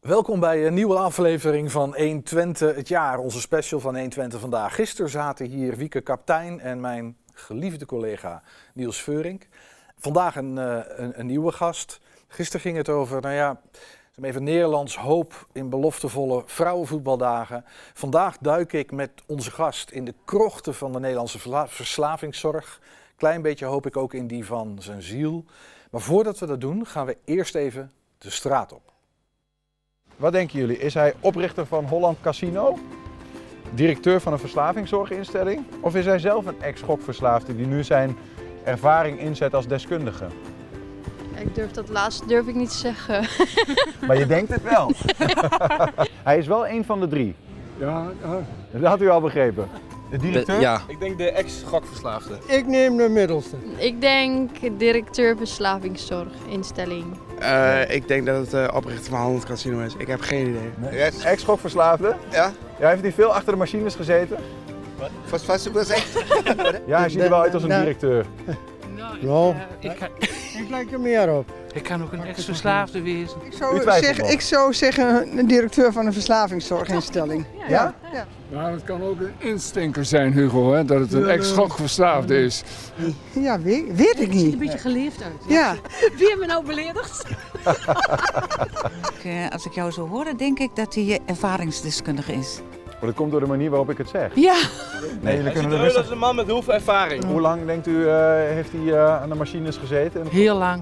Welkom bij een nieuwe aflevering van 120 het jaar, onze special van 120 vandaag. Gisteren zaten hier Wieke Kaptein en mijn geliefde collega Niels Veurink. Vandaag een nieuwe gast. Gisteren ging het over, even Nederlands hoop in beloftevolle vrouwenvoetbaldagen. Vandaag duik ik met onze gast in de krochten van de Nederlandse verslavingszorg. Klein beetje hoop ik ook in die van zijn ziel. Maar voordat we dat doen, gaan we eerst even de straat op. Wat denken jullie? Is hij oprichter van Holland Casino? Directeur van een verslavingszorginstelling? Of is hij zelf een ex-gokverslaafde die nu zijn ervaring inzet als deskundige? Dat laatste durf ik niet te zeggen. Maar je denkt het wel. Hij is wel een van de drie. Ja. Dat had u al begrepen. De directeur? Ja. Ik denk de ex-gokverslaafde. Ik neem de middelste. Ik denk directeur verslavingszorginstelling. Ik denk dat het oprichter van Holland Casino is. Ik heb geen idee. Nee. Ex-gokverslaafde? Ja? Ja, heeft hij veel achter de machines gezeten? Wat was het echt? Ja, hij ziet er wel uit als een directeur. Nou, ik lijk er meer op. Ik kan ook een ex-verslaafde wezen. Ik zou zeggen een directeur van een verslavingszorginstelling. Ja? Maar het kan ook een instinker zijn, Hugo, hè? Dat het een ex-gokverslaafde is. Ja, weet ik niet. Een beetje geleefd uit. Ja. Wie heeft me nou beledigd? Als ik jou zo hoor, dan denk ik dat hij ervaringsdeskundige is. Maar dat komt door de manier waarop ik het zeg. Ja. Nee, jullie kunnen Dat is een man met heel veel ervaring. Hoe lang denkt u heeft hij aan de machines gezeten? Heel lang.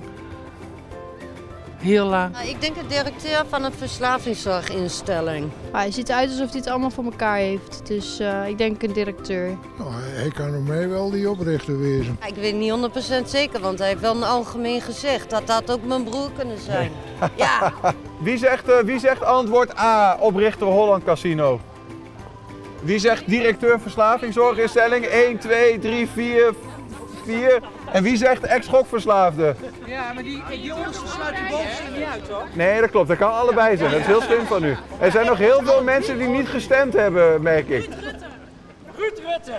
Heel lang. Ik denk een directeur van een verslavingszorginstelling. Hij ziet eruit alsof hij het allemaal voor elkaar heeft. Dus ik denk een directeur. Nou, hij kan op mij wel die oprichter wezen. Ik weet niet 100% zeker, want hij heeft wel een algemeen gezegd. Dat had ook mijn broer kunnen zijn. Ja. Wie zegt antwoord A, oprichter Holland Casino? Wie zegt directeur verslavingszorginstelling? 1, 2, 3, 4. En wie zegt ex-gokverslaafde? Ja, maar die onderste sluit die bovenste niet uit, hoor. Nee, dat klopt. Dat kan allebei zijn. Dat is heel slim van u. Er zijn nog heel veel mensen die niet gestemd hebben, merk ik. Ruud Rutte!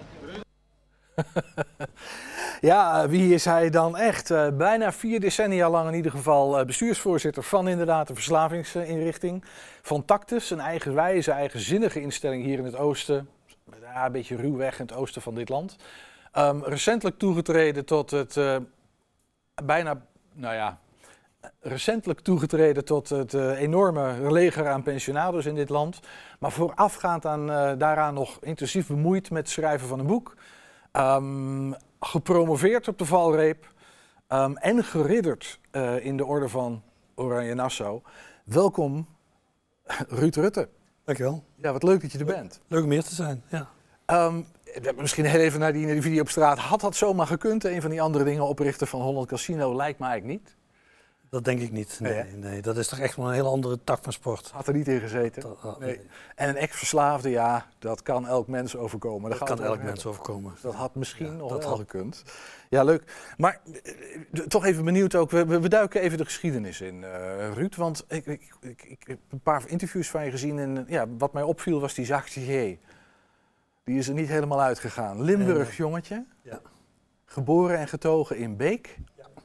Ja, wie is hij dan echt? Bijna 4 decennia lang in ieder geval bestuursvoorzitter van inderdaad de verslavingsinrichting. Van Tactus, een eigenwijze, eigenzinnige instelling hier in het oosten. Ja, een beetje ruwweg in het oosten van dit land. Recentelijk toegetreden tot het enorme leger aan pensionados in dit land. Maar voorafgaand daaraan nog intensief bemoeid met het schrijven van een boek. Gepromoveerd op de valreep en geridderd in de orde van Oranje Nassau. Welkom, Ruud Rutte. Dankjewel. Ja, wat leuk dat je er bent. Leuk om hier te zijn, ja. Misschien heel even naar die video op straat. Had dat zomaar gekund? Een van die andere dingen oprichten van Holland Casino lijkt me eigenlijk niet. Dat denk ik niet. Nee, dat is toch echt wel een hele andere tak van sport. Had er niet in gezeten. Nee. En een ex-verslaafde, ja, dat kan elk mens overkomen. Dat kan elk mens overkomen. Dat had misschien nog wel gekund. Ja, leuk. Maar toch even benieuwd ook. We duiken even de geschiedenis in, Ruud. Want ik heb een paar interviews van je gezien. En wat mij opviel was die zachte G. Die is er niet helemaal uitgegaan. Limburg jongetje. Ja. Geboren en getogen in Beek.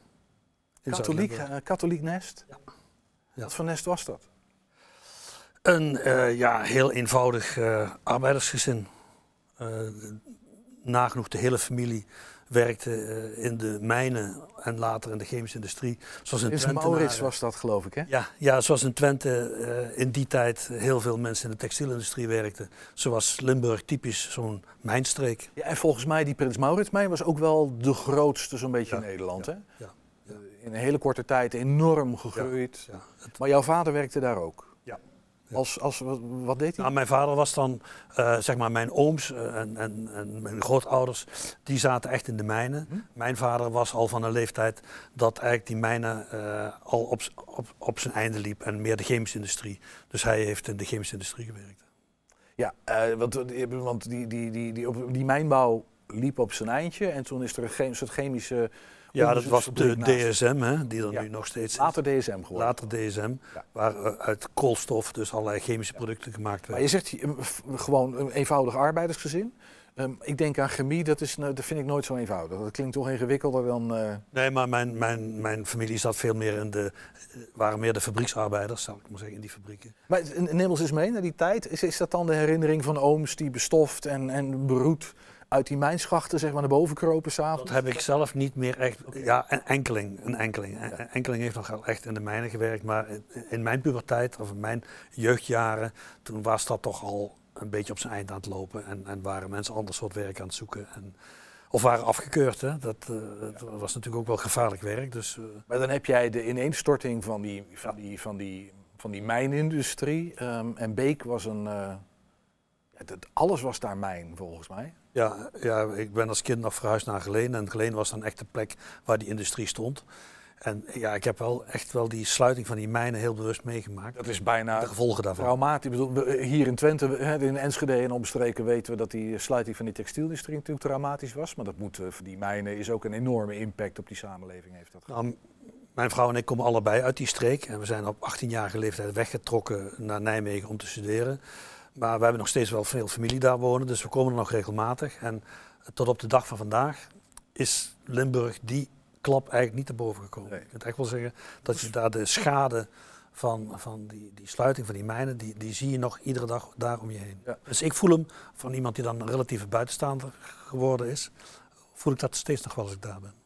Ja. Katholiek nest. Ja. Ja. Wat voor nest was dat? Een heel eenvoudig arbeidersgezin. Nagenoeg de hele familie werkte in de mijnen en later in de chemische industrie. Zoals in Twente. Maurits was dat, geloof ik, hè? Ja, zoals in Twente in die tijd heel veel mensen in de textielindustrie werkten. Zoals Limburg typisch zo'n mijnstreek. Ja, en volgens mij die Prins Mauritsmijn was ook wel de grootste zo'n beetje in Nederland, hè? Ja. In een hele korte tijd enorm gegroeid. Ja. Maar jouw vader werkte daar ook? Ja. Wat deed hij? Nou, mijn vader was dan, mijn ooms en mijn grootouders, die zaten echt in de mijnen. Mijn vader was al van een leeftijd dat eigenlijk die mijnen al op zijn einde liep en meer de chemische industrie. Dus hij heeft in de chemische industrie gewerkt. Ja, want die mijnbouw liep op zijn eindje en toen is er een soort chemische... Ja, dat was de DSM, hè, die er nu nog steeds is. Later DSM geworden. Later DSM, waar uit koolstof dus allerlei chemische producten gemaakt werden. Maar je zegt gewoon een eenvoudig arbeidersgezin. Ik denk aan chemie, dat vind ik nooit zo eenvoudig. Dat klinkt toch ingewikkelder dan... Nee, maar mijn familie zat veel meer waren meer de fabrieksarbeiders, zal ik maar zeggen, in die fabrieken. Maar neem ons eens mee naar die tijd. Is dat dan de herinnering van ooms die bestoft en beroerd uit die mijnschachten zeg maar, naar boven kropen s'avonds? Dat heb ik zelf niet meer echt... Ja, een enkeling. Enkeling heeft nog wel echt in de mijnen gewerkt, maar in mijn puberteit of in mijn jeugdjaren, toen was dat toch al een beetje op zijn eind aan het lopen en waren mensen ander soort werk aan het zoeken. Of waren afgekeurd. Hè? Dat was natuurlijk ook wel gevaarlijk werk. Dus, Maar dan heb jij de ineenstorting van die mijnindustrie. En Beek was alles was daar mijn, volgens mij. Ja, ik ben als kind nog verhuisd naar Geleen. En Geleen was dan echt de plek waar die industrie stond. En ja, ik heb wel die sluiting van die mijnen heel bewust meegemaakt. Dat is bijna de gevolgen daarvan. Traumatisch. Ik bedoel, hier in Twente, in Enschede en omstreken weten we dat die sluiting van die textielindustrie natuurlijk traumatisch was. Maar dat moet voor die mijnen is ook een enorme impact op die samenleving. Heeft dat gehad. Nou, mijn vrouw en ik komen allebei uit die streek. En we zijn op 18-jarige leeftijd weggetrokken naar Nijmegen om te studeren. Maar we hebben nog steeds wel veel familie daar wonen, dus we komen er nog regelmatig. En tot op de dag van vandaag is Limburg die klap eigenlijk niet naar boven gekomen. Nee. Je kunt echt wel zeggen dat je daar de schade van die sluiting van die mijnen, die zie je nog iedere dag daar om je heen. Ja. Dus ik voel hem, van iemand die dan een relatieve buitenstaander geworden is, voel ik dat steeds nog wel als ik daar ben.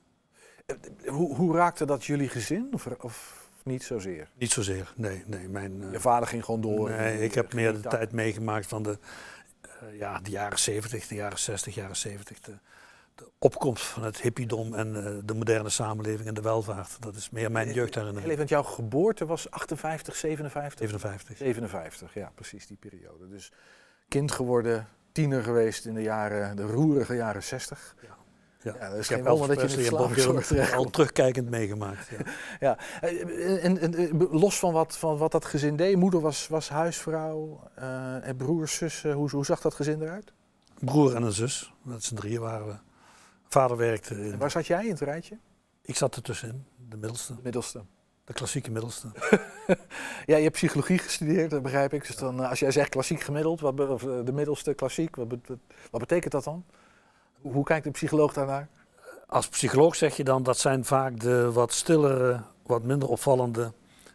Hoe raakte dat jullie gezin of niet zozeer? Niet zozeer, nee. Je vader ging gewoon door? Nee, ik heb meer de tijd meegemaakt van de jaren 70, de jaren 60, jaren 70. De opkomst van het hippiedom en de moderne samenleving en de welvaart. Dat is meer mijn jeugdherinnering. Want jouw geboorte was 58, 57? 57. 57, ja, precies die periode. Dus kind geworden, tiener geweest in de roerige jaren 60. Ja. Ja, dat is geen wonder dat je in de verslavingszorg terecht al terugkijkend meegemaakt. Ja. En los van wat dat gezin deed, moeder was huisvrouw en broers, zussen, hoe zag dat gezin eruit? Broer en een zus, met z'n drieën waren we. Vader werkte. En waar zat jij in het rijtje? Ik zat ertussenin, de middelste. De middelste. De klassieke middelste. Ja, je hebt psychologie gestudeerd, dat begrijp ik. Dus dan, als jij zegt klassiek gemiddeld, of de middelste klassiek, wat betekent dat dan? Hoe kijkt de psycholoog daarnaar? Als psycholoog zeg je dan, dat zijn vaak de wat stillere, wat minder opvallende,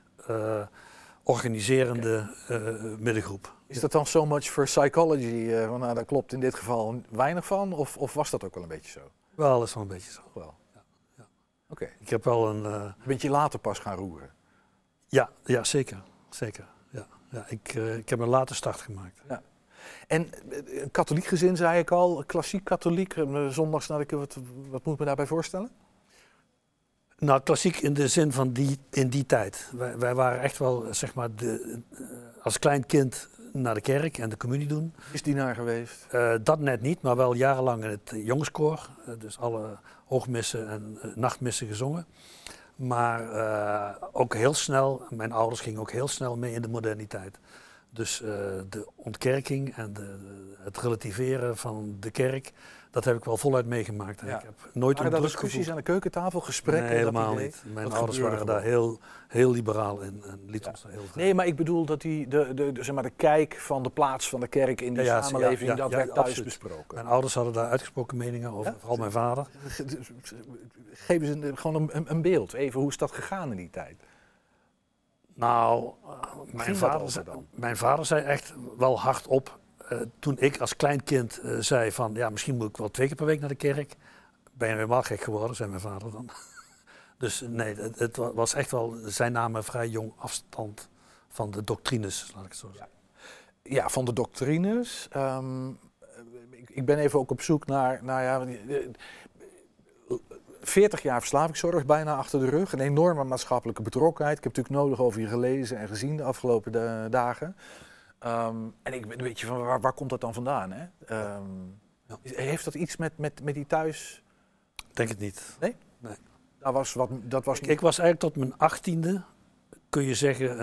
organiserende middengroep. Is dat dan so much for psychology? Nou, daar klopt in dit geval weinig van, of was dat ook wel een beetje zo? Wel, dat is wel een beetje zo. Wel. Ja. Oké. Ik heb wel een... beetje later pas gaan roeren? Ja, zeker. Ja, ik heb een late start gemaakt. Ja. En katholiek gezin, zei ik al, klassiek katholiek, zondags naar de wat moet ik me daarbij voorstellen? Nou, klassiek in de zin van in die tijd. Wij waren echt wel, zeg maar, als klein kind naar de kerk en de communie doen. Is dienaar geweest? Dat net niet, maar wel jarenlang in het jongenskoor. Dus alle hoogmissen en nachtmissen gezongen. Maar ook heel snel, mijn ouders gingen ook heel snel mee in de moderniteit. Dus de ontkerking en het relativeren van de kerk, dat heb ik wel voluit meegemaakt. Ja. Ik heb nooit waren daar discussies aan de keukentafel, gesprekken? Nee, helemaal niet. Mijn ouders waren daar heel liberaal in en lieten ons daar heel veel. Nee, maar ik bedoel dat zeg maar de kijk van de plaats van de kerk in die samenleving, dat werd thuis absoluut besproken. Mijn ouders hadden daar uitgesproken meningen over, vooral mijn vader. Geef eens gewoon een beeld, even, hoe is dat gegaan in die tijd? Nou, mijn vader zei echt wel hardop, toen ik als klein kind zei van, ja, misschien moet ik wel 2 keer per week naar de kerk. Ben je helemaal gek geworden, zei mijn vader dan. Dus nee, het was echt wel, zij namen vrij jong afstand van de doctrines, laat ik het zo zeggen. Ja, van de doctrines. Ik ben even ook op zoek naar 40 jaar verslavingszorg bijna achter de rug. Een enorme maatschappelijke betrokkenheid. Ik heb natuurlijk nodig over je gelezen en gezien de afgelopen dagen. En ik weet je van waar komt dat dan vandaan? Hè? Heeft dat iets met die thuis? Denk het niet. Nee? Nee. Dat was ik was eigenlijk tot mijn 18e, kun je zeggen,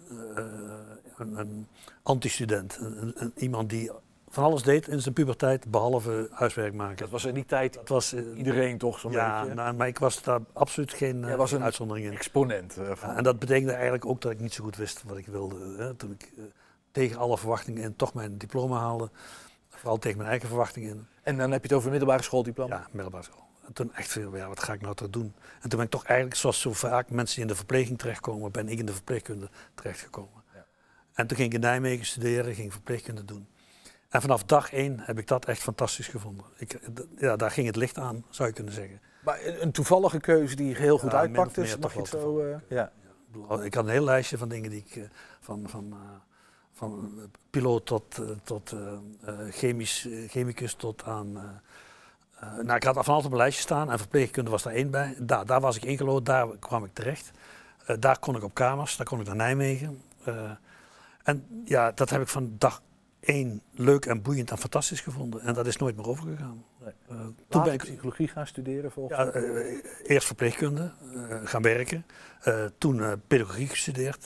een anti-student. Iemand die van alles deed in zijn puberteit, behalve huiswerk maken. Dat was in die tijd iedereen toch zo'n beetje? Ja, maar ik was daar absoluut geen uitzondering in. Exponent. En dat betekende eigenlijk ook dat ik niet zo goed wist wat ik wilde. Hè. Toen ik tegen alle verwachtingen in toch mijn diploma haalde, Vooral tegen mijn eigen verwachtingen in. En dan heb je het over middelbare schooldiploma? Ja, middelbare school. En toen echt veel, ja, wat ga ik nou toch doen? En toen ben ik toch eigenlijk, zoals zo vaak mensen die in de verpleging terechtkomen, ben ik in de verpleegkunde terechtgekomen. Ja. En toen ging ik in Nijmegen studeren, ging verpleegkunde doen. En vanaf dag 1 heb ik dat echt fantastisch gevonden. Daar ging het licht aan, zou je kunnen zeggen. Maar een toevallige keuze die heel goed uitpakte, mag je het zo... Ik had een heel lijstje van dingen die ik... Van piloot tot chemicus tot aan... ik had van alles op een lijstje staan en verpleegkunde was daar 1 bij. Daar was ik ingelood, daar kwam ik terecht. Daar kon ik op kamers, daar kon ik naar Nijmegen. En ja, dat heb ik van dag 1 leuk en boeiend en fantastisch gevonden. En dat is nooit meer overgegaan. Nee. Toen ben ik psychologie gaan studeren volgens mij? Eerst verpleegkunde, gaan werken. Toen pedagogie gestudeerd.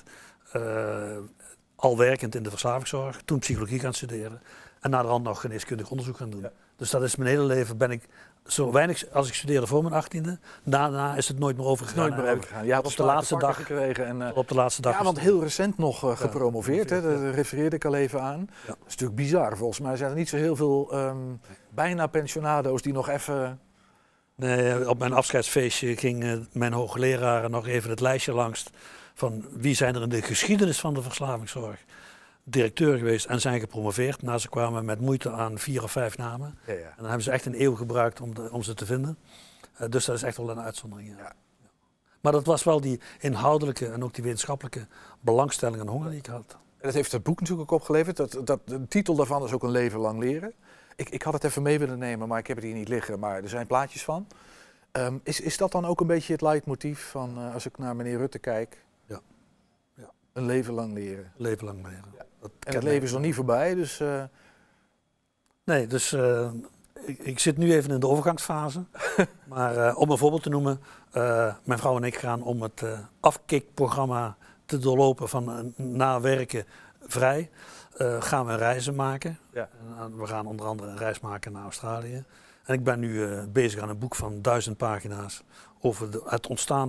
Al werkend in de verslavingszorg. Toen psychologie gaan studeren. En naderhand nog geneeskundig onderzoek gaan doen. Ja. Dus dat is mijn hele leven, ben ik zo weinig als ik studeerde voor mijn 18e. Daarna is het nooit meer overgegaan. Nooit meer overgegaan. Ja, op de laatste dag gekregen. En, op de laatste dag. Ja, want heel recent nog gepromoveerd. Hè, daar refereerde ik al even aan. Ja. Dat is natuurlijk bizar. Volgens mij zijn er niet zo heel veel bijna pensionado's die nog even... Nee, op mijn afscheidsfeestje ging mijn hoogleraren nog even het lijstje langs van wie zijn er in de geschiedenis van de verslavingszorg directeur geweest en zijn gepromoveerd. Nou, ze kwamen met moeite aan 4 of 5 namen. Ja, ja. En dan hebben ze echt een eeuw gebruikt om ze te vinden. Dus dat is echt wel een uitzondering. Ja. Ja. Maar dat was wel die inhoudelijke en ook die wetenschappelijke belangstelling en honger die ik had. En dat heeft het boek natuurlijk ook opgeleverd. De titel daarvan is ook Een leven lang leren. Ik had het even mee willen nemen, maar ik heb het hier niet liggen. Maar er zijn plaatjes van. Is dat dan ook een beetje het leidmotief van als ik naar meneer Rutte kijk? Ja. Ja. Een leven lang leren. Leven lang leren. Ja. En het leven is nog niet voorbij, dus... Nee, dus ik zit nu even in de overgangsfase. Maar om een voorbeeld te noemen, mijn vrouw en ik gaan om het afkikprogramma te doorlopen van na werken vrij. Gaan we reizen maken. Ja. We gaan onder andere een reis maken naar Australië. En ik ben nu bezig aan een boek van 1000 pagina's over het ontstaan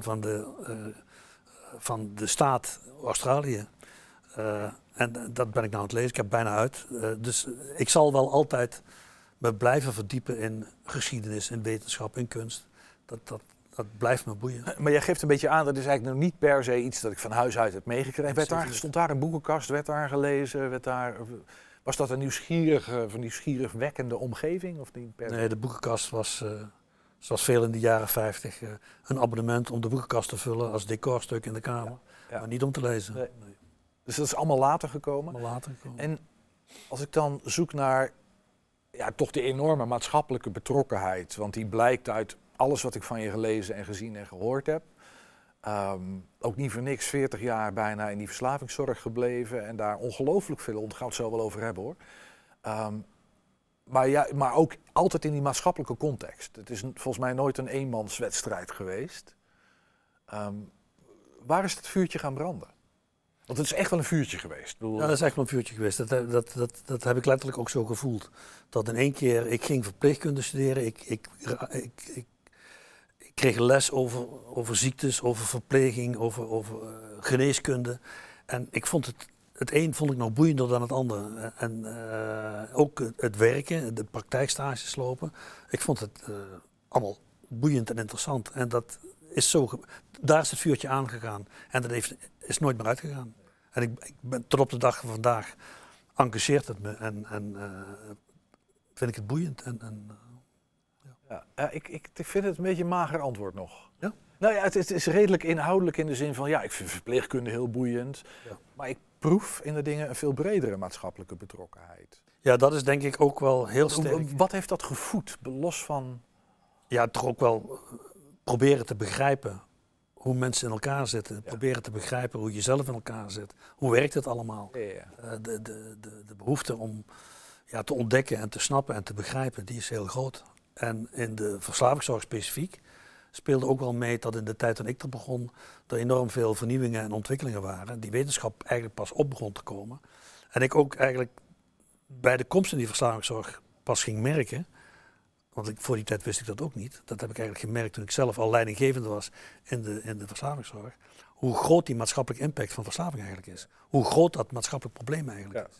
van de staat Australië. En dat ben ik nou aan het lezen. Ik heb bijna uit. Dus ik zal wel altijd me blijven verdiepen in geschiedenis, in wetenschap, in kunst. Dat blijft me boeien. Maar jij geeft een beetje aan, dat is eigenlijk nog niet per se iets dat ik van huis uit heb meegekregen. Stond daar een boekenkast, werd daar gelezen, was dat een nieuwsgierigwekkende omgeving? Of niet per se? Nee, de boekenkast was, zoals veel in de jaren 50, een abonnement om de boekenkast te vullen als decorstuk in de kamer. Ja, ja. Maar niet om te lezen. Nee. Dus dat is allemaal later gekomen. En als ik dan zoek naar toch de enorme maatschappelijke betrokkenheid, want die blijkt uit alles wat ik van je gelezen en gezien en gehoord heb. Ook niet voor niks 40 jaar bijna in die verslavingszorg gebleven en daar ongelooflijk veel onder. Gaan we het zo wel over hebben hoor. Maar ook altijd in die maatschappelijke context. Het is volgens mij nooit een eenmanswedstrijd geweest. Waar is het vuurtje gaan branden? Want het is echt wel een vuurtje geweest. Ja, dat is echt wel een vuurtje geweest. Dat heb ik letterlijk ook zo gevoeld. Dat in één keer, ik ging verpleegkunde studeren. Ik kreeg les over ziektes, over verpleging, over geneeskunde. En ik vond het een vond ik nog boeiender dan het andere. En ook het werken, de praktijkstages lopen. Ik vond het allemaal boeiend en interessant. En dat is daar is het vuurtje aangegaan. En dat is nooit meer uitgegaan. En ik ben tot op de dag van vandaag engageert het me en vind ik het boeiend. Ik vind het een beetje een mager antwoord nog. Ja? Nou ja, het is redelijk inhoudelijk in de zin van, ik vind verpleegkunde heel boeiend. Ja. Maar ik proef in de dingen een veel bredere maatschappelijke betrokkenheid. Ja, dat is denk ik ook wel heel sterk. Wat heeft dat gevoed, los van... Ja, toch ook wel proberen te begrijpen hoe mensen in elkaar zitten. Ja. Proberen te begrijpen hoe je zelf in elkaar zit. Hoe werkt het allemaal? Ja. De behoefte om te ontdekken en te snappen en te begrijpen, die is heel groot. En in de verslavingszorg specifiek speelde ook wel mee dat in de tijd toen ik er begon, er enorm veel vernieuwingen en ontwikkelingen waren. Die wetenschap eigenlijk pas op begon te komen. En ik ook eigenlijk bij de komst in die verslavingszorg pas ging merken, want voor die tijd wist ik dat ook niet. Dat heb ik eigenlijk gemerkt toen ik zelf al leidinggevende was in de verslavingszorg. Hoe groot die maatschappelijke impact van verslaving eigenlijk is. Hoe groot dat maatschappelijk probleem eigenlijk is.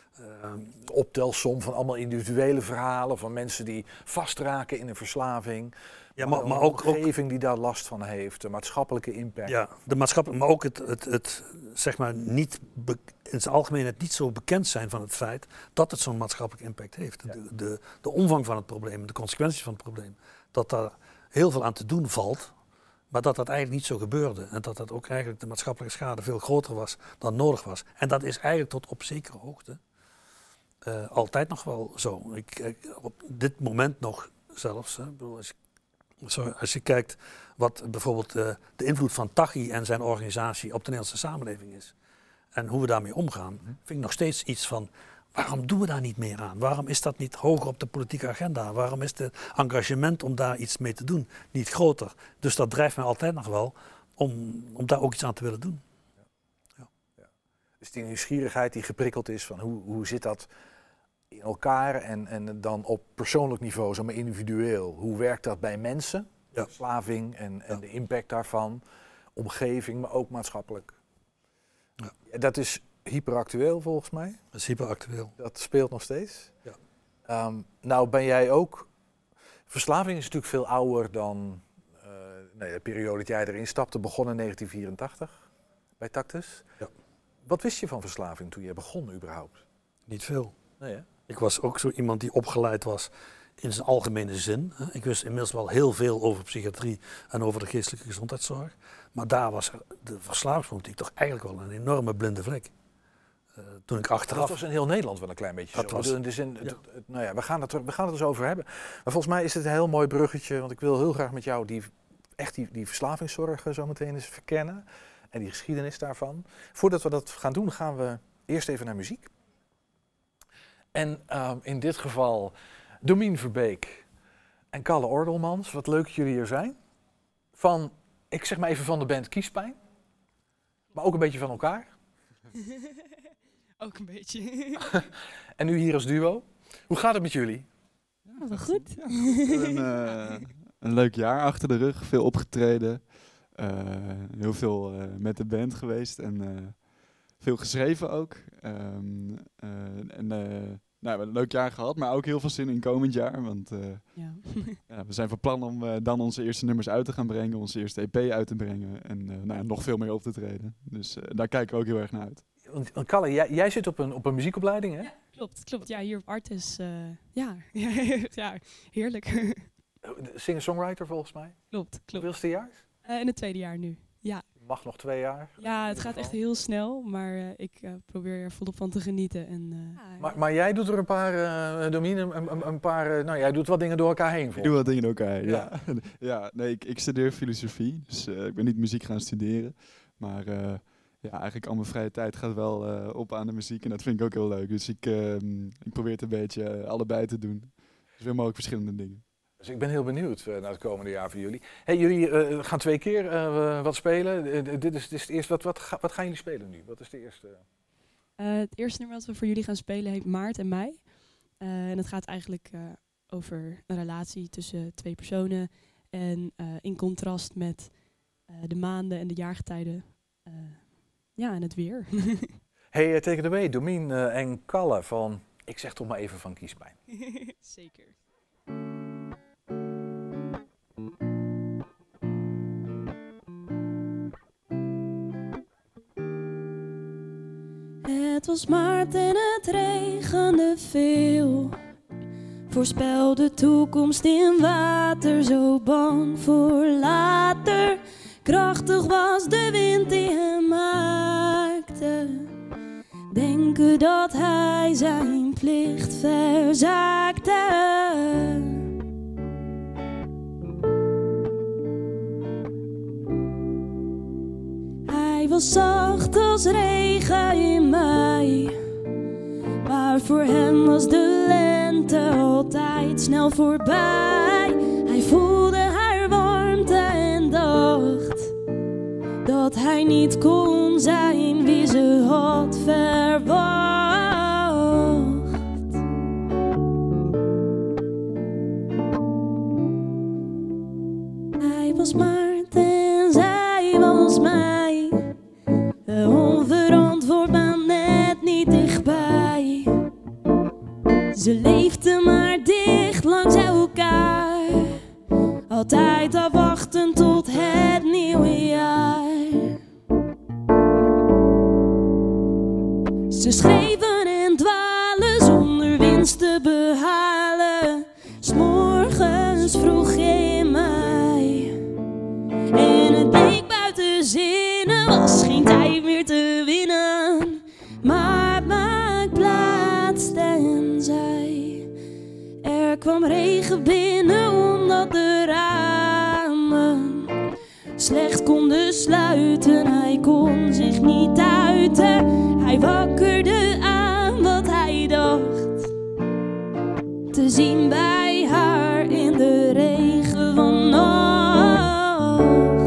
De optelsom van allemaal individuele verhalen van mensen die vastraken in een verslaving. Ja, maar maar ook ook de omgeving die daar last van heeft, de maatschappelijke impact. Ja, de maatschappelijke, maar ook het zeg maar niet in zijn algemeenheid niet zo bekend zijn van het feit dat het zo'n maatschappelijke impact heeft. Ja. De omvang van het probleem, de consequenties van het probleem, dat daar heel veel aan te doen valt, maar dat eigenlijk niet zo gebeurde. En dat ook eigenlijk de maatschappelijke schade veel groter was dan nodig was. En dat is eigenlijk tot op zekere hoogte altijd nog wel zo. Op dit moment nog zelfs, hè, als je kijkt wat bijvoorbeeld de invloed van Taghi en zijn organisatie op de Nederlandse samenleving is. En hoe we daarmee omgaan, vind ik nog steeds iets van, waarom doen we daar niet meer aan? Waarom is dat niet hoger op de politieke agenda? Waarom is het engagement om daar iets mee te doen niet groter? Dus dat drijft mij altijd nog wel om daar ook iets aan te willen doen. Ja. Ja. Dus die nieuwsgierigheid die geprikkeld is van hoe zit dat in elkaar en dan op persoonlijk niveau, zomaar individueel. Hoe werkt dat bij mensen? Ja. Verslaving en de impact daarvan, omgeving, maar ook maatschappelijk. Ja. Dat is hyperactueel volgens mij. Dat is hyperactueel. Dat speelt nog steeds. Ja. Nou ben jij ook... Verslaving is natuurlijk veel ouder dan de periode dat jij erin stapte. Begon in 1984 bij Tactus. Ja. Wat wist je van verslaving toen je begon überhaupt? Niet veel. Nee, hè? Ik was ook zo iemand die opgeleid was in zijn algemene zin. Ik wist inmiddels wel heel veel over psychiatrie en over de geestelijke gezondheidszorg. Maar daar was de verslavingsproblematiek toch eigenlijk wel een enorme blinde vlek. Toen ik achteraf... Dat was in heel Nederland wel een klein beetje dat zo. Nou ja, we gaan het er eens over hebben. Maar volgens mij is het een heel mooi bruggetje, want ik wil heel graag met jou die verslavingszorg zo meteen eens verkennen. En die geschiedenis daarvan. Voordat we dat gaan doen, gaan we eerst even naar muziek. En in dit geval Domien Verbeek en Kalle Ordelmans. Wat leuk dat jullie hier zijn. Ik zeg maar even van de band Kiespijn. Maar ook een beetje van elkaar. Ook een beetje. En nu hier als duo. Hoe gaat het met jullie? Ja, wel goed. Ja, een leuk jaar achter de rug. Veel opgetreden. Heel veel met de band geweest. En veel geschreven ook. We hebben een leuk jaar gehad, maar ook heel veel zin in komend jaar. Want we zijn van plan om dan onze eerste nummers uit te gaan brengen, onze eerste EP uit te brengen en nog veel meer op te treden. Dus daar kijken we ook heel erg naar uit. Want Kalle, jij zit op een muziekopleiding, hè? Ja, klopt. Ja, hier op Artis. Ja, heerlijk. Singer-songwriter volgens mij? Klopt. Hoeveelste jaar? In het tweede jaar nu, ja. Mag nog 2 jaar? Ja, het gaat echt heel snel, maar ik probeer er volop van te genieten. En, maar jij doet er een paar, Domien, jij doet wat dingen door elkaar heen. Ik doe wat dingen door elkaar heen, ja. Nee, ik studeer filosofie, dus ik ben niet muziek gaan studeren. Maar eigenlijk al mijn vrije tijd gaat wel op aan de muziek en dat vind ik ook heel leuk. Dus ik probeer het een beetje allebei te doen. Zoveel mogelijk verschillende dingen. Dus ik ben heel benieuwd naar het komende jaar voor jullie. Hey, jullie gaan 2 keer wat spelen. Dit is het eerste. Wat gaan jullie spelen nu? Wat is de eerste? Het eerste nummer dat we voor jullie gaan spelen heet Maart en Mei. En het gaat eigenlijk over een relatie tussen 2 personen. En in contrast met de maanden en de jaargetijden. En het weer. Hey, take it away. Domien en Kalle van, ik zeg toch maar even van Kiespijn. Zeker. Het was maart en het regende veel. Voorspel de toekomst in water, zo bang voor later. Krachtig was de wind die hem maakte. Denken dat hij zijn plicht verzaakte. Hij was zacht als regen in mei, maar voor hem was de lente altijd snel voorbij. Hij voelde haar warmte en dacht dat hij niet kon zijn wie ze had verwacht. Hij was Maart en zij was Mei. Onverantwoord, maar net niet dichtbij. altijd afwachten tot het nieuwe jaar. Ze schreven en dwalen zonder winst te behalen. 's Morgens vroeg in mei. En het bleek buiten zinnen, was geen tijd meer te winnen. Maar maak plaats tenzij. Er kwam regen binnen omdat de ramen slecht konden sluiten. Hij kon zich niet uiten. Hij wakkerde aan wat hij dacht te zien bij haar in de regen van nacht.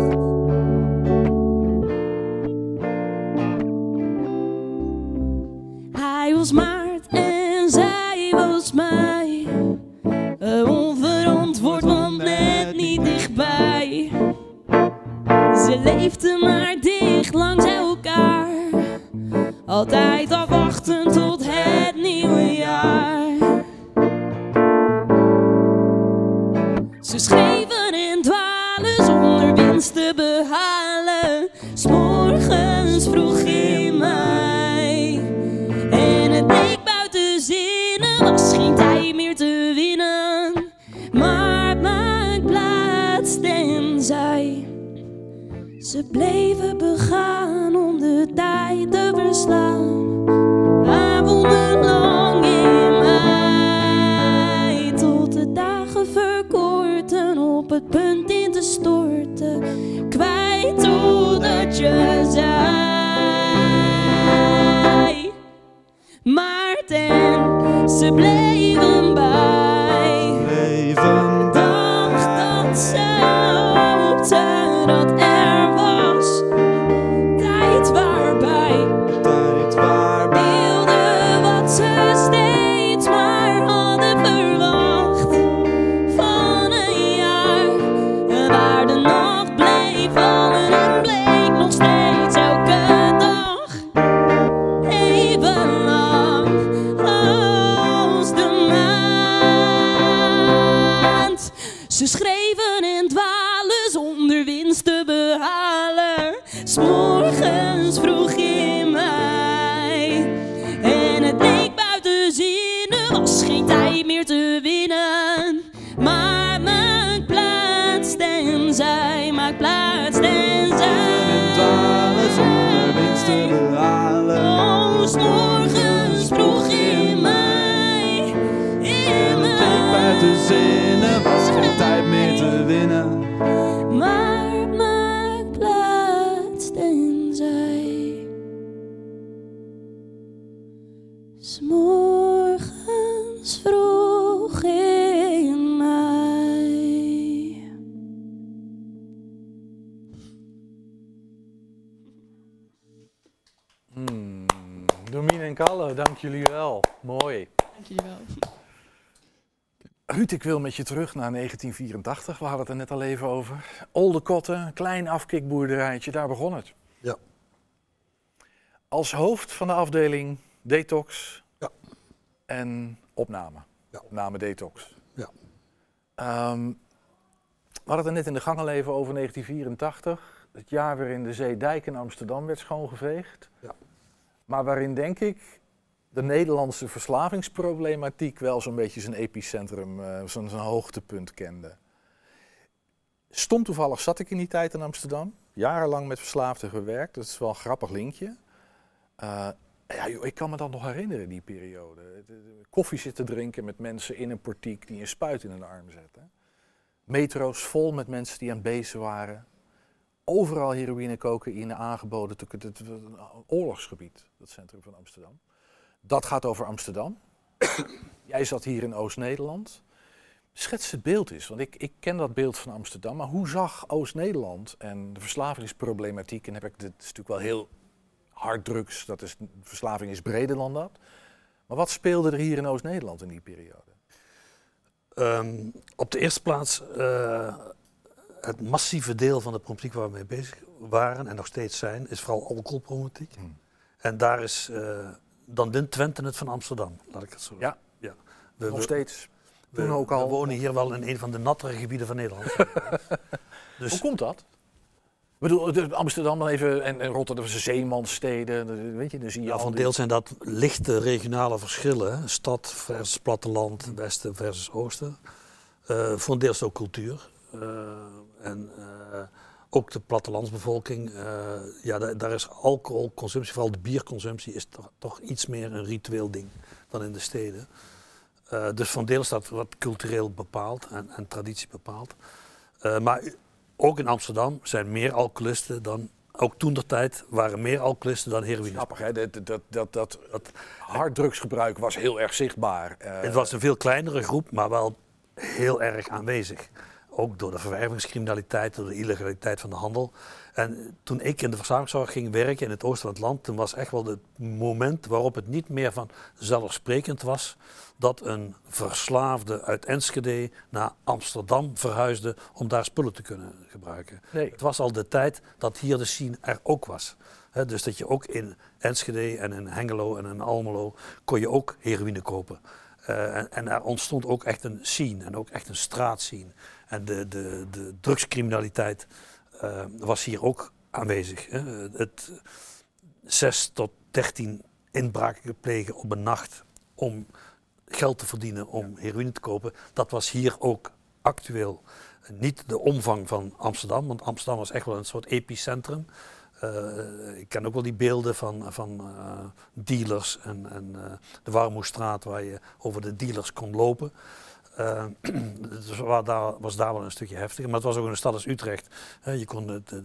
Hij was maart en zij was mei. Onverantwoord, want net niet dichtbij. Ze leefden maar dicht langs elkaar. Altijd afwachten tot het nieuwe jaar. Ze schreven en dwalen zonder winst te behalen. 's Morgens vroeg in mei. En het bleek buiten zinnen, was geen tijd meer te winnen. Maar maak plaats tenzij. Ze bleven begaan om de tijd te verslaan. Avondenlang in mei. Tot de dagen verkorten, op het punt in te storten. Kwijt totdat je zei. Maarten, ze bleven bij. Dacht dat ze hoopte dat er was. Tijd waarbij. Deelde wat ze steeds maar hadden verwacht. Van een jaar waar de nacht bleef vallen en bleek nog steeds elke dag even lang als de maand. Ze schreven en dwalen zonder winst te behalen. 's Morgens vroeg in mei. En het bleek buiten zinnen, was geen tijd meer te winnen. Maar maak plaats tenzij, maak plaats tenzij. Dwalen zonder winst te behalen. Oh, 's Morgens vroeg in mei. In mei. Buiten zinnen, was geen tijd meer te winnen. Maar maak plaats tenzij. 's Morgens vroeg in mei. Domien en Kalle, dank jullie wel. Mooi. Dank jullie wel. Ruud, ik wil met je terug naar 1984. We hadden het er net al even over. Oldekotten, een klein afkikboerderijtje, daar begon het. Ja. Als hoofd van de afdeling detox ja. en opname. Ja. Opname detox. Ja. We hadden het er net in de gang al even over 1984. Het jaar waarin de Zeedijk in Amsterdam werd schoongeveegd. Ja. Maar waarin, denk ik, de Nederlandse verslavingsproblematiek wel zo'n beetje zijn epicentrum, zijn hoogtepunt kende. Stom toevallig zat ik in die tijd in Amsterdam. Jarenlang met verslaafden gewerkt. Dat is wel een grappig linkje. Ja, joh, ik kan me dat nog herinneren, die periode. Koffie zitten drinken met mensen in een portiek die een spuit in hun arm zetten. Metro's vol met mensen die aan het bezen waren. Overal heroïne, cocaïne aangeboden. Het een oorlogsgebied, dat centrum van Amsterdam. Dat gaat over Amsterdam. Jij zat hier in Oost-Nederland. Schets het beeld eens, want ik ken dat beeld van Amsterdam. Maar hoe zag Oost-Nederland en de verslavingsproblematiek? En dit is natuurlijk wel heel harddrugs, verslaving is breder dan dat. Maar wat speelde er hier in Oost-Nederland in die periode? Op de eerste plaats het massieve deel van de problematiek waar we mee bezig waren en nog steeds zijn, is vooral alcoholproblematiek. En daar is dan wint Twente het van Amsterdam, laat ik het zo zeggen. Ja, nog steeds. toen ook al? We wonen hier wel in een van de nattere gebieden van Nederland. Dus, hoe komt dat? Ik bedoel, Amsterdam dan even en Rotterdam zijn zeemanssteden, weet je, dan zie je van deel zijn dat lichte regionale verschillen. Hè? Stad versus platteland, westen versus oosten. Voor een deel is het ook cultuur. Ook de plattelandsbevolking. Daar is alcoholconsumptie, vooral de bierconsumptie, is toch iets meer een ritueel ding dan in de steden. Dus van deel is dat wat cultureel bepaald en traditie bepaald. Maar ook in Amsterdam zijn meer alcoholisten dan, ook toentertijd waren meer alcoholisten dan heroïne. Grappig, hè? Dat harddrugsgebruik was heel erg zichtbaar. Het was een veel kleinere groep, maar wel heel erg aanwezig. Ook door de verwervingscriminaliteit, door de illegaliteit van de handel. En toen ik in de verzamelingszorg ging werken in het oosten van het land, toen was echt wel het moment waarop het niet meer vanzelfsprekend was dat een verslaafde uit Enschede naar Amsterdam verhuisde om daar spullen te kunnen gebruiken. Nee. Het was al de tijd dat hier de scene er ook was. Dus dat je ook in Enschede en in Hengelo en in Almelo kon je ook heroïne kopen. En er ontstond ook echt een scene en ook echt een straatscene. En de drugscriminaliteit was hier ook aanwezig. Hè. 6 tot 13 inbraken plegen op een nacht om geld te verdienen om heroïne te kopen, dat was hier ook actueel. Niet de omvang van Amsterdam, want Amsterdam was echt wel een soort epicentrum. Ik ken ook wel die beelden van dealers en de Warmoestraat waar je over de dealers kon lopen. Dus was daar wel een stukje heftiger, maar het was ook in een stad als Utrecht. Je kon het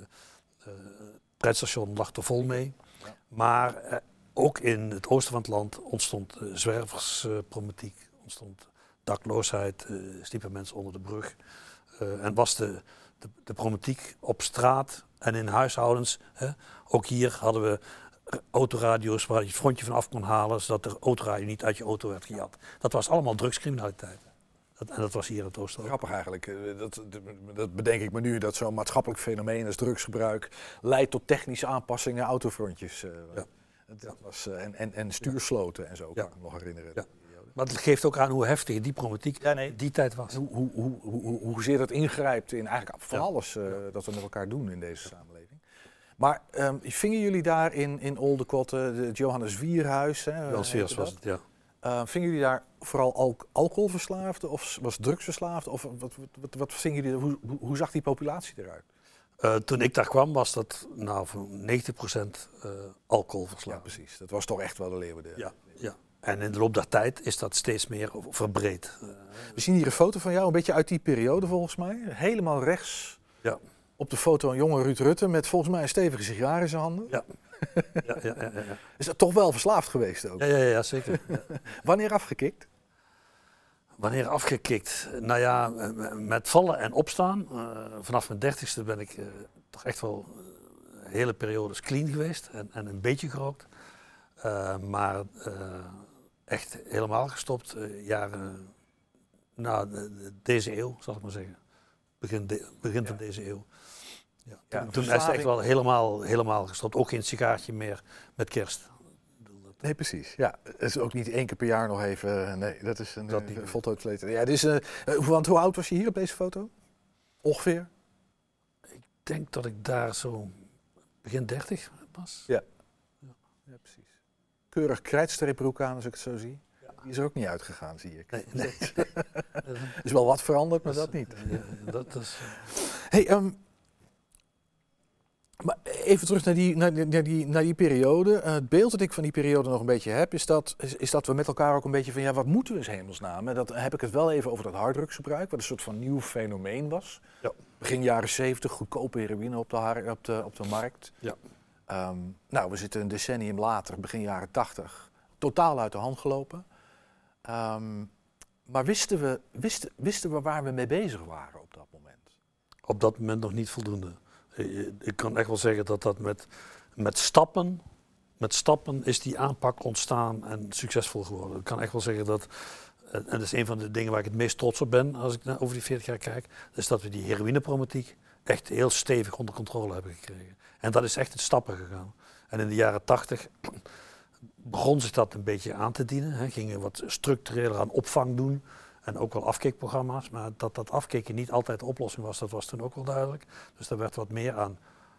treinstation lag er vol mee. Ja. Maar ook in het oosten van het land ontstond zwerversproblematiek, ontstond dakloosheid, sliepen mensen onder de brug. En was de problematiek op straat en in huishoudens. Ook hier hadden we autoradio's waar je het frontje van af kon halen, zodat de autoradio niet uit je auto werd gejat. Dat was allemaal drugscriminaliteit. En dat was hier in het oosten. Grappig eigenlijk. Dat bedenk ik me nu, dat zo'n maatschappelijk fenomeen als drugsgebruik leidt tot technische aanpassingen, autofrontjes. Dat was, en stuursloten en zo, kan ik me nog herinneren. Ja. Maar het geeft ook aan hoe heftig die problematiek die tijd was. Hoezeer dat ingrijpt in eigenlijk van alles dat we met elkaar doen in deze samenleving. Maar vingen jullie daar in Oldekotte, het Johannes Wierhuis? Johannes Wierhuis was het, ja. Vingen jullie daar vooral alcoholverslaafden of was drugsverslaafden? Of wat vingen jullie, hoe zag die populatie eruit? Toen ik daar kwam was dat voor 90% alcoholverslaafd. Ja, precies. Dat was toch echt wel de leeuwendeel. Ja. En in de loop der tijd is dat steeds meer verbreed. We zien hier een foto van jou, een beetje uit die periode volgens mij. Helemaal rechts. Ja. Op de foto een jonge Ruud Rutte met volgens mij een stevige sigaar in zijn handen. Ja. Is dat toch wel verslaafd geweest ook? Ja, zeker. Ja. Wanneer afgekikt? Wanneer afgekikt? Nou ja, met vallen en opstaan. Vanaf mijn 30ste ben ik toch echt wel hele periodes clean geweest en een beetje gerookt. Maar echt helemaal gestopt. Jaren deze eeuw, zal ik maar zeggen. Begin van deze eeuw. Ja, toen is het echt wel helemaal gestopt. Ook geen sigaartje meer met kerst. Nee, precies. Ja, het is ook niet 1 keer per jaar nog even. Nee, dat is een voltooid verleden. Ja, dus, want hoe oud was je hier op deze foto? Ongeveer? Ik denk dat ik daar zo begin 30 was. Ja, precies. Keurig krijtstreepbroek aan, als ik het zo zie. Ja. Die is er ook niet uitgegaan, zie ik. Nee. Er is wel wat veranderd, maar dat niet. Dat is... Hey, maar even terug naar die periode. Het beeld dat ik van die periode nog een beetje heb, is dat we met elkaar ook een beetje van, wat moeten we in hemelsnaam? En dan heb ik het wel even over dat harddrugsgebruik, wat een soort van nieuw fenomeen was. Ja. Begin jaren 70, goedkope heroïne op de markt. Ja. We zitten een decennium later, begin jaren 80, totaal uit de hand gelopen. Maar wisten we waar we mee bezig waren op dat moment? Op dat moment nog niet voldoende. Ik kan echt wel zeggen dat met stappen is die aanpak ontstaan en succesvol geworden. Ik kan echt wel zeggen dat, en dat is een van de dingen waar ik het meest trots op ben als ik over die 40 jaar kijk, is dat we die heroïneproblematiek echt heel stevig onder controle hebben gekregen. En dat is echt in stappen gegaan. En in de jaren 80 begon zich dat een beetje aan te dienen. Gingen wat structureler aan opvang doen. En ook wel afkeekprogramma's, maar dat afkeken niet altijd de oplossing was, dat was toen ook wel duidelijk. Dus er werd wat meer aan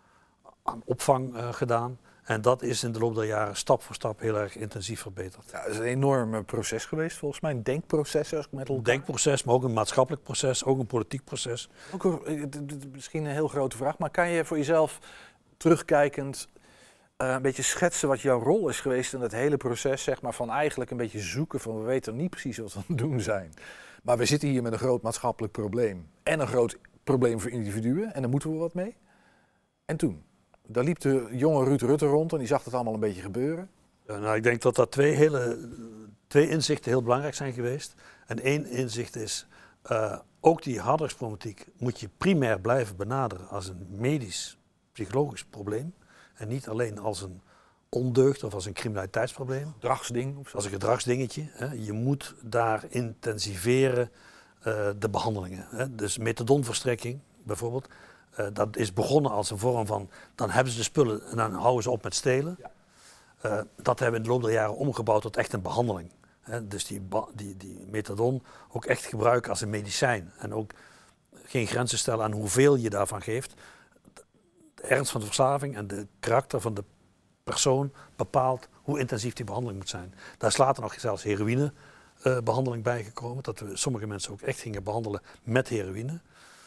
opvang gedaan. En dat is in de loop der jaren stap voor stap heel erg intensief verbeterd. Ja, het is een enorm proces geweest volgens mij, een denkproces met elkaar. Een denkproces, maar ook een maatschappelijk proces, ook een politiek proces. Misschien een heel grote vraag, maar kan je voor jezelf terugkijkend een beetje schetsen wat jouw rol is geweest in het hele proces, zeg maar, van eigenlijk een beetje zoeken van we weten niet precies wat we aan het doen zijn. Maar we zitten hier met een groot maatschappelijk probleem en een groot probleem voor individuen en daar moeten we wat mee. En toen? Daar liep de jonge Ruud Rutte rond en die zag het allemaal een beetje gebeuren. Ja, nou, ik denk dat dat twee inzichten heel belangrijk zijn geweest. En één inzicht is, ook die harddrugsproblematiek moet je primair blijven benaderen als een medisch-psychologisch probleem. En niet alleen als een ondeugd of als een criminaliteitsprobleem. Gedragsding of zo. Als een gedragsdingetje. Hè. Je moet daar intensiveren de behandelingen. Hè. Dus methadonverstrekking bijvoorbeeld. Dat is begonnen als een vorm van, dan hebben ze de spullen en dan houden ze op met stelen. Ja. Dat hebben we in de loop der jaren omgebouwd tot echt een behandeling. Dus die methadon ook echt gebruiken als een medicijn. En ook geen grenzen stellen aan hoeveel je daarvan geeft. De ernst van de verslaving en de karakter van de persoon bepaalt hoe intensief die behandeling moet zijn. Daar is later nog zelfs heroïnebehandeling bijgekomen. Dat we sommige mensen ook echt gingen behandelen met heroïne.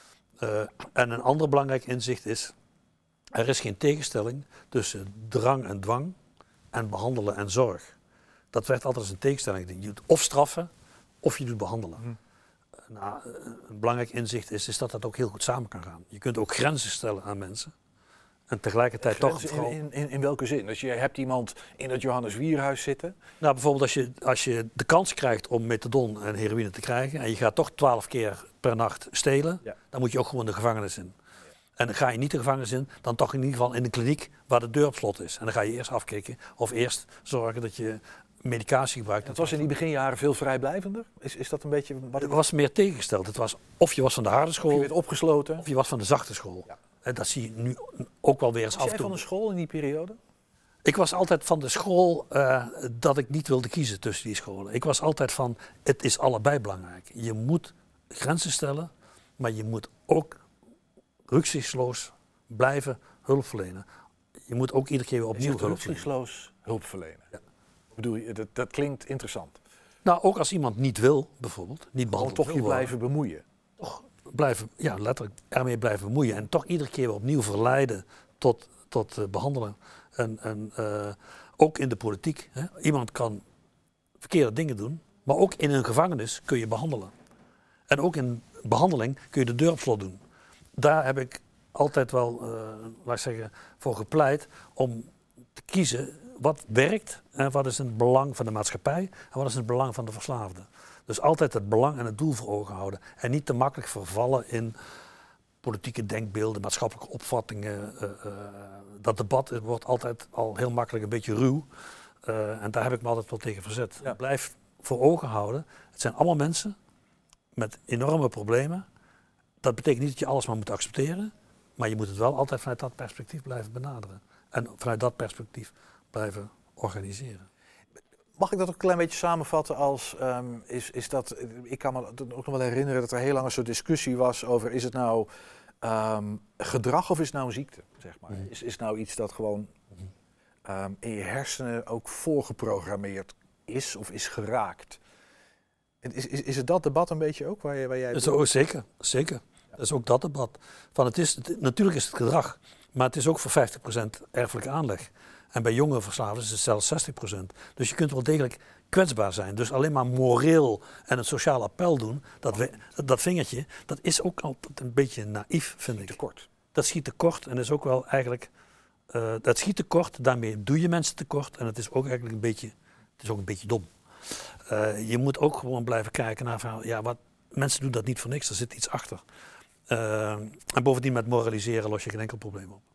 En een ander belangrijk inzicht is, er is geen tegenstelling tussen drang en dwang en behandelen en zorg. Dat werd altijd als een tegenstelling. Je doet of straffen of je doet behandelen. Nou, een belangrijk inzicht is dat dat ook heel goed samen kan gaan. Je kunt ook grenzen stellen aan mensen. En tegelijkertijd toch... In welke zin? Dus je hebt iemand in het Johannes Wierhuis zitten? Nou, bijvoorbeeld als je de kans krijgt om methadon en heroïne te krijgen en je gaat toch 12 keer per nacht stelen, dan moet je ook gewoon de gevangenis in. En ga je niet de gevangenis in, dan toch in ieder geval in een kliniek waar de deur op slot is. En dan ga je eerst afkicken of eerst zorgen dat je medicatie gebruikt. Het was in die beginjaren veel vrijblijvender? Is dat een beetje wat het was meer tegengesteld. Het was of je was van de harde school, of je werd opgesloten, of je was van de zachte school. Ja. En dat zie je nu ook wel weer eens af en toe. Was jij van de school in die periode? Ik was altijd van de school dat ik niet wilde kiezen tussen die scholen. Ik was altijd van, het is allebei belangrijk. Je moet grenzen stellen, maar je moet ook rücksichtsloos blijven hulp verlenen. Je moet ook iedere keer weer opnieuw hulp verlenen. Rücksichtsloos hulp verlenen. Ja. Bedoel je, dat klinkt interessant. Nou, ook als iemand niet wil, bijvoorbeeld, niet behandeld toch je blijven bemoeien. Toch blijven, ja, letterlijk ermee blijven bemoeien. En toch iedere keer weer opnieuw verleiden tot behandelen. En ook in de politiek. Hè. Iemand kan verkeerde dingen doen, maar ook in een gevangenis kun je behandelen. En ook in behandeling kun je de deur op slot doen. Daar heb ik altijd wel, laat ik zeggen, voor gepleit om te kiezen wat werkt en wat is het belang van de maatschappij en wat is het belang van de verslaafde. Dus altijd het belang en het doel voor ogen houden. En niet te makkelijk vervallen in politieke denkbeelden, maatschappelijke opvattingen. Dat debat wordt altijd al heel makkelijk een beetje ruw. En daar heb ik me altijd wel tegen verzet. Ja. Blijf voor ogen houden. Het zijn allemaal mensen met enorme problemen. Dat betekent niet dat je alles maar moet accepteren. Maar je moet het wel altijd vanuit dat perspectief blijven benaderen. En vanuit dat perspectief blijven organiseren. Mag ik dat ook een klein beetje samenvatten als, is dat, ik kan me ook nog wel herinneren dat er heel lang een soort discussie was over, is het nou gedrag of is het nou een ziekte, zeg maar. Is nou iets dat gewoon in je hersenen ook voorgeprogrammeerd is of is geraakt? Is het dat debat een beetje ook waar jij... Zeker. Ja. Dat is ook dat debat. Natuurlijk is het gedrag, maar het is ook voor 50% erfelijke aanleg. En bij jonge verslaafden is het zelfs 60%. Dus je kunt wel degelijk kwetsbaar zijn. Dus alleen maar moreel en het sociaal appel doen, dat vingertje, dat is ook altijd een beetje naïef, vind ik. Tekort. Dat schiet tekort en is ook wel eigenlijk, dat schiet tekort, daarmee doe je mensen tekort en het is ook eigenlijk een beetje dom. Je moet ook gewoon blijven kijken naar van, mensen doen dat niet voor niks, er zit iets achter. En bovendien met moraliseren los je geen enkel probleem op.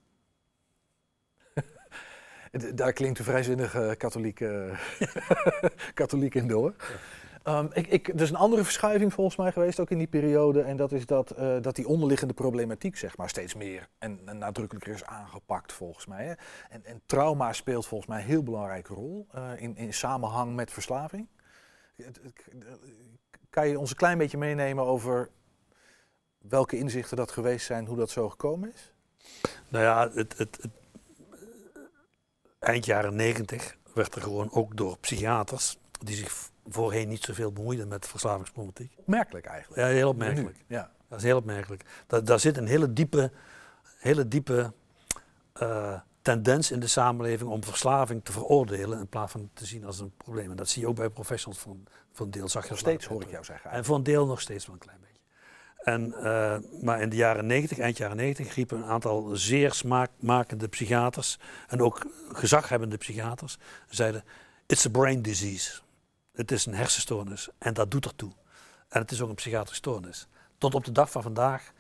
Daar klinkt een vrijzinnige katholiek in door. Er is een andere verschuiving volgens mij geweest ook in die periode. En dat is dat die onderliggende problematiek zeg maar steeds meer en nadrukkelijker is aangepakt volgens mij. Hè. En trauma speelt volgens mij een heel belangrijke rol in samenhang met verslaving. Kan je ons een klein beetje meenemen over welke inzichten dat geweest zijn, hoe dat zo gekomen is? Nou ja, eind jaren 90 werd er gewoon ook door psychiaters, die zich voorheen niet zoveel bemoeiden met verslavingsproblematiek. Opmerkelijk eigenlijk. Ja, heel opmerkelijk. Ja. Dat is heel opmerkelijk. Daar zit een hele diepe tendens in de samenleving om verslaving te veroordelen in plaats van te zien als een probleem. En dat zie je ook bij professionals voor een deel. Zag je nog steeds, hoor ik jou zeggen. En voor een deel nog steeds wel een klein beetje. Maar in de jaren 90, eind jaren 90, riepen een aantal zeer smaakmakende psychiaters en ook gezaghebbende psychiaters, zeiden, it's a brain disease. Het is een hersenstoornis en dat doet ertoe. En het is ook een psychiatrische stoornis. Tot op de dag van vandaag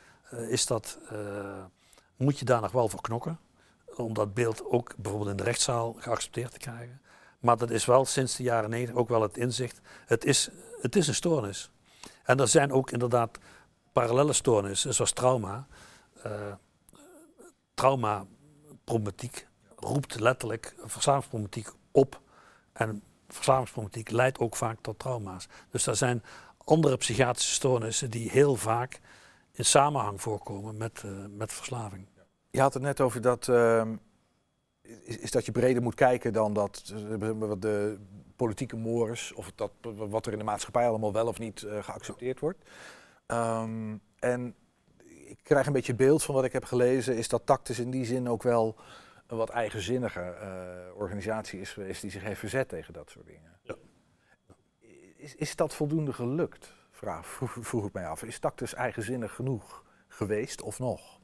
moet je daar nog wel voor knokken. Om dat beeld ook bijvoorbeeld in de rechtszaal geaccepteerd te krijgen. Maar dat is wel sinds de jaren 90 ook wel het inzicht. Het is een stoornis. En er zijn ook inderdaad parallelle stoornissen, zoals trauma. Traumaproblematiek roept letterlijk verslavingsproblematiek op. En verslavingsproblematiek leidt ook vaak tot trauma's. Dus er zijn andere psychiatrische stoornissen die heel vaak in samenhang voorkomen met verslaving. Je had het net over dat, is dat je breder moet kijken dan dat de politieke mores, of dat, wat er in de maatschappij allemaal wel of niet geaccepteerd wordt. En ik krijg een beetje het beeld van wat ik heb gelezen, is dat Tactus in die zin ook wel een wat eigenzinnige organisatie is geweest die zich heeft verzet tegen dat soort dingen. Ja. Is dat voldoende gelukt? Vroeg ik mij af. Is Tactus eigenzinnig genoeg geweest of nog?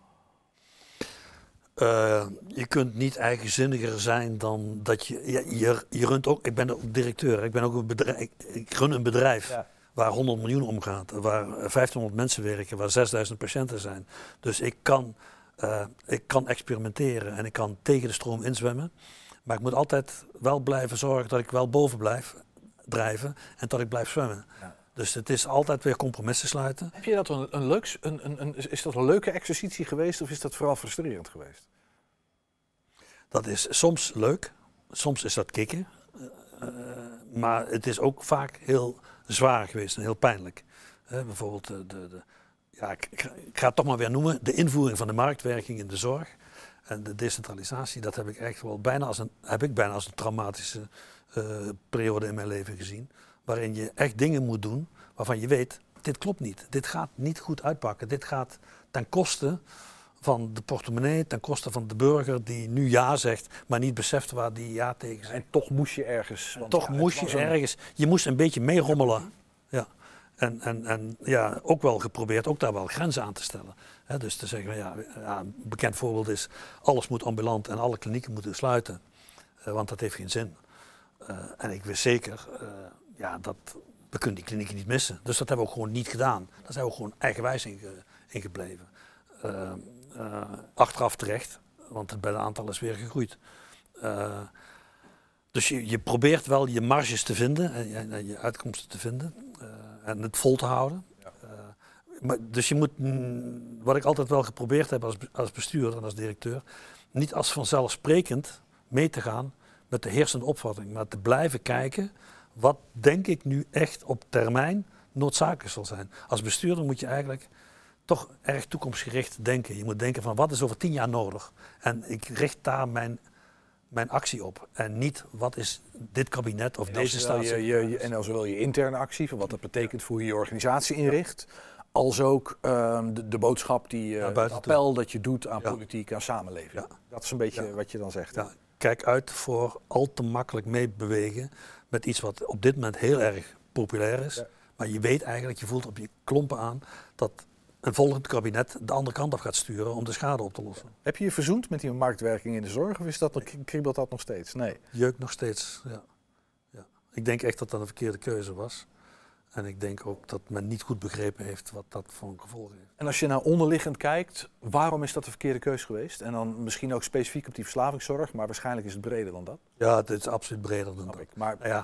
Je kunt niet eigenzinniger zijn dan dat je runt ook. Ik ben ook directeur. Ik ben ook een bedrijf. Ik run een bedrijf waar 100 miljoen omgaat, waar 1500 mensen werken, waar 6000 patiënten zijn. Dus ik kan experimenteren en ik kan tegen de stroom inzwemmen. Maar ik moet altijd wel blijven zorgen dat ik wel boven blijf drijven en dat ik blijf zwemmen. Ja. Dus het is altijd weer compromissen sluiten. Heb je dat is dat een leuke exercitie geweest of is dat vooral frustrerend geweest? Dat is soms leuk, soms is dat kicken. Maar het is ook vaak heel zwaar geweest en heel pijnlijk. Bijvoorbeeld, ik ga het toch maar weer noemen, de invoering van de marktwerking in de zorg en de decentralisatie, dat heb ik echt wel bijna als een traumatische periode in mijn leven gezien. Waarin je echt dingen moet doen waarvan je weet, dit klopt niet. Dit gaat niet goed uitpakken. Dit gaat ten koste van de portemonnee, ten koste van de burger die nu ja zegt, maar niet beseft waar die ja tegen zegt. En toch moest je ergens. Je moest een beetje meerommelen. Ja. En ook wel geprobeerd, ook daar wel grenzen aan te stellen. Dus te zeggen, een bekend voorbeeld is, alles moet ambulant en alle klinieken moeten sluiten. Want dat heeft geen zin. En ik wist zeker, we kunnen die klinieken niet missen. Dus dat hebben we ook gewoon niet gedaan. Daar zijn we ook gewoon eigenwijs in gebleven. Achteraf terecht, want het aantal is weer gegroeid. Dus je probeert wel je marges te vinden en je uitkomsten te vinden en het vol te houden. Dus je moet, wat ik altijd wel geprobeerd heb als bestuurder en als directeur, niet als vanzelfsprekend mee te gaan met de heersende opvatting, maar te blijven kijken, wat denk ik nu echt op termijn noodzakelijk zal zijn. Als bestuurder moet je eigenlijk toch erg toekomstgericht denken. Je moet denken van wat is over 10 jaar nodig? En ik richt daar mijn actie op. En niet wat is dit kabinet of deze staatssecretaris. En dan zowel je interne actie, van wat dat betekent voor hoe je organisatie inricht, als ook de boodschap, het appel dat je doet aan politiek, aan samenleving. Ja. Dat is een beetje wat je dan zegt. Ja. Kijk uit voor al te makkelijk meebewegen met iets wat op dit moment heel erg populair is. Ja. Maar je weet eigenlijk, je voelt op je klompen aan dat een volgend kabinet de andere kant op gaat sturen om de schade op te lossen. Heb je je verzoend met die marktwerking in de zorg of kriebelt dat nog steeds? Nee. Jeukt nog steeds, ja. Ik denk echt dat dat een verkeerde keuze was. En ik denk ook dat men niet goed begrepen heeft wat dat voor een gevolg heeft. En als je nou onderliggend kijkt, waarom is dat de verkeerde keuze geweest? En dan misschien ook specifiek op die verslavingszorg, maar waarschijnlijk is het breder dan dat. Ja, het is absoluut breder dan dat. Maar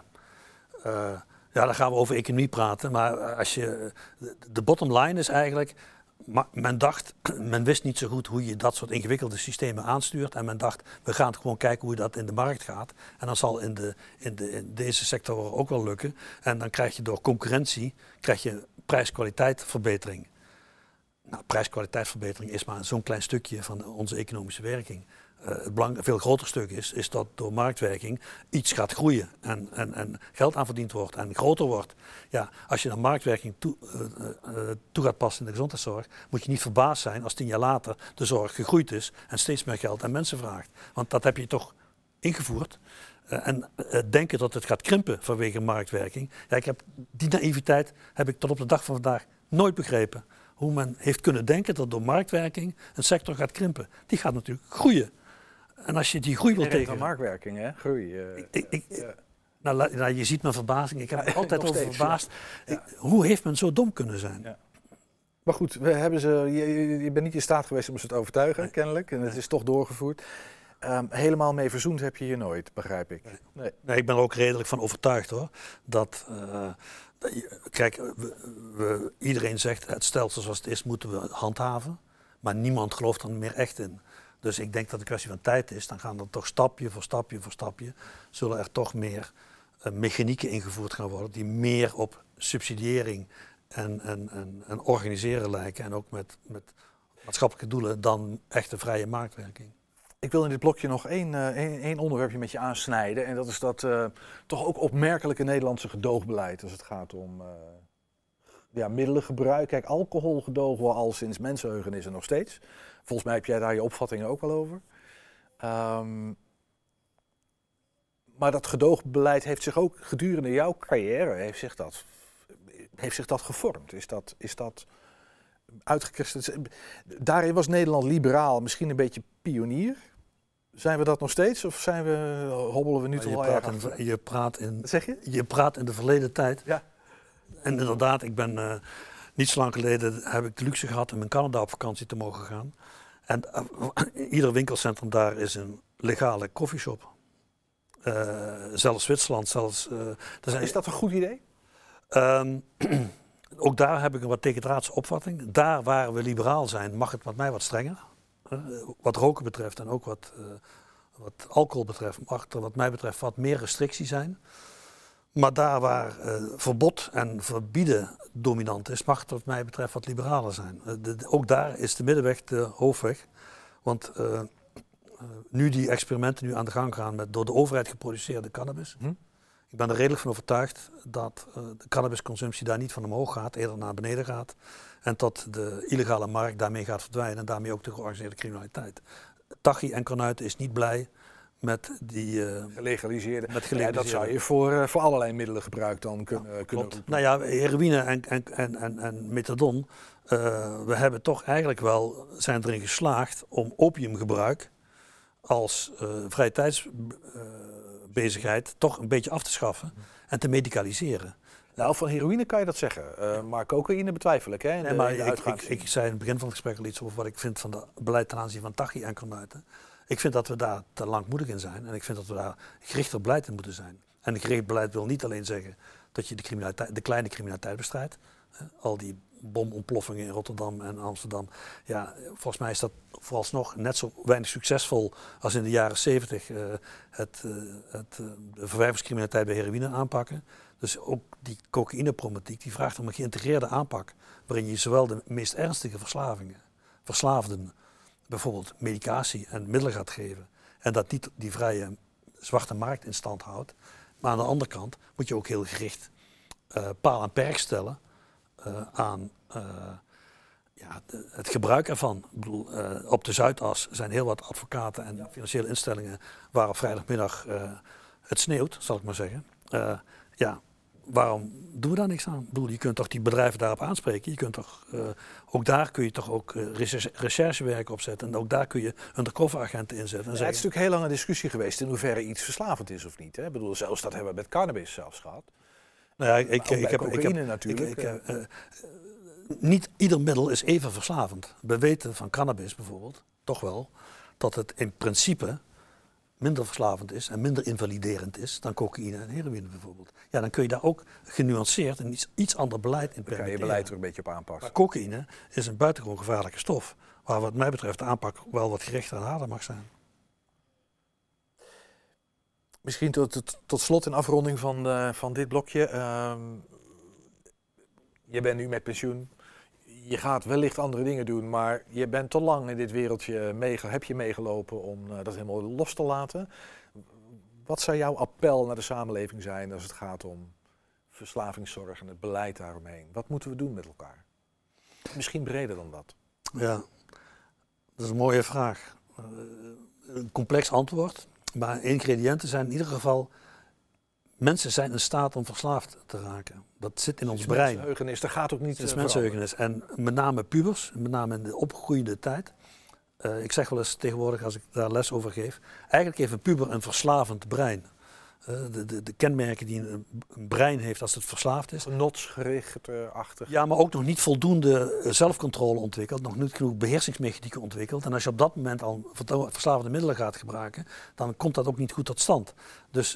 dan gaan we over economie praten. Maar de bottom line is eigenlijk, men wist niet zo goed hoe je dat soort ingewikkelde systemen aanstuurt. En men dacht, we gaan gewoon kijken hoe dat in de markt gaat. En dat zal in deze sector ook wel lukken. En dan krijg je door concurrentie prijs-kwaliteit-verbetering. Nou, prijs-kwaliteitverbetering is maar zo'n klein stukje van onze economische werking. Het veel groter stuk is dat door marktwerking iets gaat groeien en geld aan verdiend wordt en groter wordt. Ja, als je naar marktwerking toe gaat passen in de gezondheidszorg, moet je niet verbaasd zijn als 10 jaar later de zorg gegroeid is en steeds meer geld aan mensen vraagt. Want dat heb je toch ingevoerd. En denken dat het gaat krimpen vanwege marktwerking. Ja, die naïviteit heb ik tot op de dag van vandaag nooit begrepen. Hoe men heeft kunnen denken dat door marktwerking een sector gaat krimpen. Die gaat natuurlijk groeien. En als je die groei wil tegen... marktwerking, hè? Groei. Nou, je ziet mijn verbazing. Ik heb me altijd over verbaasd. Ja. Hoe heeft men zo dom kunnen zijn? Ja. Maar goed, je bent niet in staat geweest om ze te overtuigen, kennelijk. En het is toch doorgevoerd. Helemaal mee verzoend heb je hier nooit, begrijp ik. Nee, ik ben er ook redelijk van overtuigd, hoor. Kijk, iedereen zegt het stelsel zoals het is moeten we handhaven. Maar niemand gelooft er meer echt in. Dus ik denk dat het een kwestie van tijd is. Dan gaan er toch stapje voor stapje, zullen er toch meer mechanieken ingevoerd gaan worden die meer op subsidiëring en organiseren lijken. En ook met maatschappelijke doelen dan echte vrije marktwerking. Ik wil in dit blokje nog één onderwerpje met je aansnijden. En dat is dat toch ook opmerkelijke Nederlandse gedoogbeleid als het gaat om middelengebruik. Kijk, alcohol gedogen we al sinds mensenheugenis en nog steeds. Volgens mij heb jij daar je opvattingen ook wel over. Maar dat gedoogbeleid heeft zich ook gedurende jouw carrière, heeft zich dat gevormd? Is dat uitgekristalliseerd? Daarin was Nederland liberaal, misschien een beetje pionier. Zijn we dat nog steeds of hobbelen we nu toch al erg? Je praat in de verleden tijd. Ja. En inderdaad, ik ben niet zo lang geleden heb ik de luxe gehad om in Canada op vakantie te mogen gaan. En ieder winkelcentrum daar is een legale koffieshop. Zelfs Zwitserland. Is dat een goed idee? Ook daar heb ik een wat tegendraadse opvatting. Daar waar we liberaal zijn, mag het wat mij wat strenger. Wat roken betreft en ook wat alcohol betreft, mag er wat mij betreft wat meer restrictie zijn. Maar daar waar verbod en verbieden dominant is, mag het wat mij betreft wat liberaler zijn. Ook daar is de middenweg de hoofdweg. Want nu die experimenten nu aan de gang gaan met door de overheid geproduceerde cannabis. Ik ben er redelijk van overtuigd dat de cannabisconsumptie daar niet van omhoog gaat, eerder naar beneden gaat. En dat de illegale markt daarmee gaat verdwijnen en daarmee ook de georganiseerde criminaliteit. Taghi en Kornuiten is niet blij met die gelegaliseerde. Ja, dat zou je voor allerlei middelen gebruik dan kunnen roepen. Nou ja, heroïne en methadon, we hebben toch eigenlijk wel zijn erin geslaagd om opiumgebruik als vrije tijdsbezigheid toch een beetje af te schaffen en te medicaliseren. Nou, van heroïne kan je dat zeggen, maar cocaïne betwijfel ik. Hè, ik zei in het begin van het gesprek al iets over wat ik vind van het beleid ten aanzien van Taghi en Kornuiten. Ik vind dat we daar te langmoedig in zijn en ik vind dat we daar gerichter beleid in moeten zijn. En gericht beleid wil niet alleen zeggen dat je de kleine criminaliteit bestrijdt. Al die bomontploffingen in Rotterdam en Amsterdam. Ja, volgens mij is dat vooralsnog net zo weinig succesvol als in de jaren 70 de verwervingscriminaliteit bij heroïne aanpakken. Dus ook die cocaïneproblematiek die vraagt om een geïntegreerde aanpak waarin je zowel de meest ernstige verslaafden, bijvoorbeeld medicatie en middelen gaat geven en dat niet die vrije zwarte markt in stand houdt. Maar aan de andere kant moet je ook heel gericht paal en perk stellen aan het gebruik ervan. Ik bedoel, op de Zuidas zijn heel wat advocaten en financiële instellingen waar op vrijdagmiddag het sneeuwt, zal ik maar zeggen. Waarom doen we daar niks aan? Ik bedoel, je kunt toch die bedrijven daarop aanspreken. Je kunt toch, ook daar kun je toch ook recherchewerk opzetten. En ook daar kun je undercover agenten inzetten. Het is natuurlijk heel lang een discussie geweest in hoeverre iets verslavend is of niet. Hè? Ik bedoel, zelfs dat hebben we met cannabis zelfs gehad. Nou ja, ik heb natuurlijk. Niet ieder middel is even verslavend. We weten van cannabis bijvoorbeeld toch wel dat het in principe minder verslavend is en minder invaliderend is dan cocaïne en heroïne bijvoorbeeld. Ja, dan kun je daar ook genuanceerd en iets ander beleid in permitteren. Dan kan je beleid er een beetje op aanpassen. Maar cocaïne is een buitengewoon gevaarlijke stof, waar wat mij betreft de aanpak wel wat gerichter en harder mag zijn. Misschien tot slot in afronding van dit blokje. Je bent nu met pensioen. Je gaat wellicht andere dingen doen, maar je bent te lang in dit wereldje heb je meegelopen om dat helemaal los te laten. Wat zou jouw appel naar de samenleving zijn als het gaat om verslavingszorg en het beleid daaromheen? Wat moeten we doen met elkaar? Misschien breder dan dat. Ja, dat is een mooie vraag. Een complex antwoord, maar ingrediënten zijn in ieder geval... Mensen zijn in staat om verslaafd te raken. Dat zit in ons brein. Mensenheugenis, dat gaat ook niet. Het is mensenheugenis. En met name pubers, met name in de opgroeiende tijd. Ik zeg wel eens tegenwoordig als ik daar les over geef. Eigenlijk heeft een puber een verslavend brein. De kenmerken die een brein heeft als het verslaafd is. Genotsgericht-achtig. Ja, maar ook nog niet voldoende zelfcontrole ontwikkeld. Nog niet genoeg beheersingsmechanieken ontwikkeld. En als je op dat moment al verslavende middelen gaat gebruiken, dan komt dat ook niet goed tot stand. Dus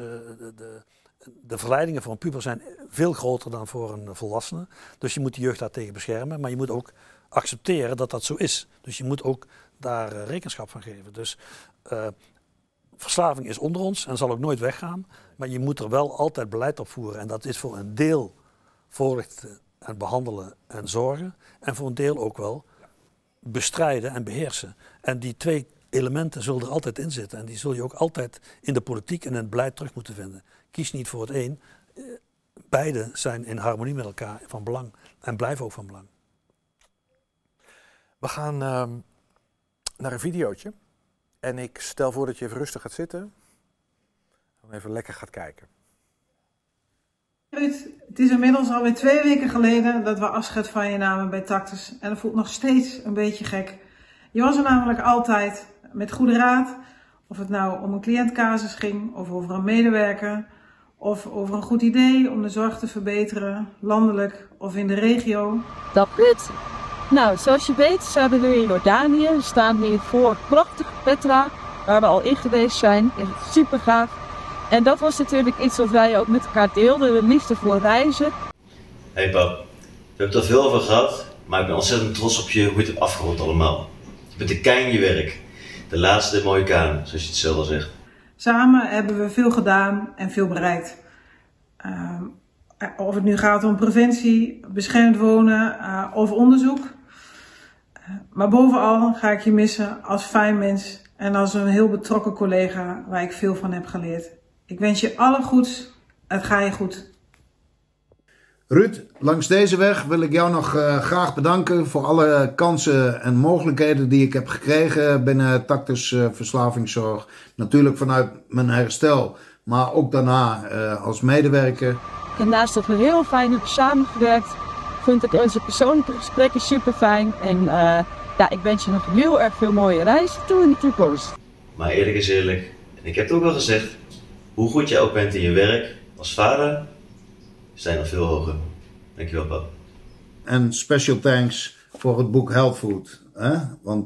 de verleidingen voor een puber zijn veel groter dan voor een volwassene. Dus je moet de jeugd daartegen beschermen. Maar je moet ook accepteren dat dat zo is. Dus je moet ook daar rekenschap van geven. Dus verslaving is onder ons en zal ook nooit weggaan. Maar je moet er wel altijd beleid op voeren. En dat is voor een deel voorlichten en behandelen en zorgen. En voor een deel ook wel bestrijden en beheersen. En die twee elementen zullen er altijd in zitten. En die zul je ook altijd in de politiek en in het beleid terug moeten vinden. Kies niet voor het een. Beide zijn in harmonie met elkaar van belang. En blijven ook van belang. We gaan naar een videootje. En ik stel voor dat je even rustig gaat zitten. En even lekker gaat kijken. Ruud, het is inmiddels alweer 2 weken geleden dat we afscheid van je namen bij Tactus. En dat voelt nog steeds een beetje gek. Je was er namelijk altijd met goede raad. Of het nou om een cliëntcasus ging, of over een medewerker. Of over een goed idee om de zorg te verbeteren, landelijk of in de regio. Dag Ruud. Nou, zoals je weet zijn we nu in Jordanië. We staan hier voor prachtige Petra, waar we al in geweest zijn. Echt super gaaf. En dat was natuurlijk iets wat wij ook met elkaar deelden, de liefde voor reizen. Hey pap, we hebben het er veel over gehad, maar ik ben ontzettend trots op je hoe je het hebt afgerond allemaal. Je bent de kei in je werk. De laatste mooie kaan, zoals je het zelf al zegt. Samen hebben we veel gedaan en veel bereikt. Of het nu gaat om preventie, beschermd wonen of onderzoek. Maar bovenal ga ik je missen als fijn mens en als een heel betrokken collega waar ik veel van heb geleerd. Ik wens je alle goeds. Het gaat je goed. Ruud, langs deze weg wil ik jou nog graag bedanken voor alle kansen en mogelijkheden die ik heb gekregen binnen Tactus Verslavingszorg. Natuurlijk vanuit mijn herstel, maar ook daarna als medewerker. En naast dat we heel fijn hebben samengewerkt, vind ik onze persoonlijke gesprekken super fijn. En ik wens je nog heel erg veel mooie reizen toe in de toekomst. Maar eerlijk is eerlijk, en ik heb het ook al gezegd, hoe goed jij ook bent in je werk als vader, sta je nog veel hoger. Dankjewel pap. En special thanks voor het boek Health Food. Hè? Want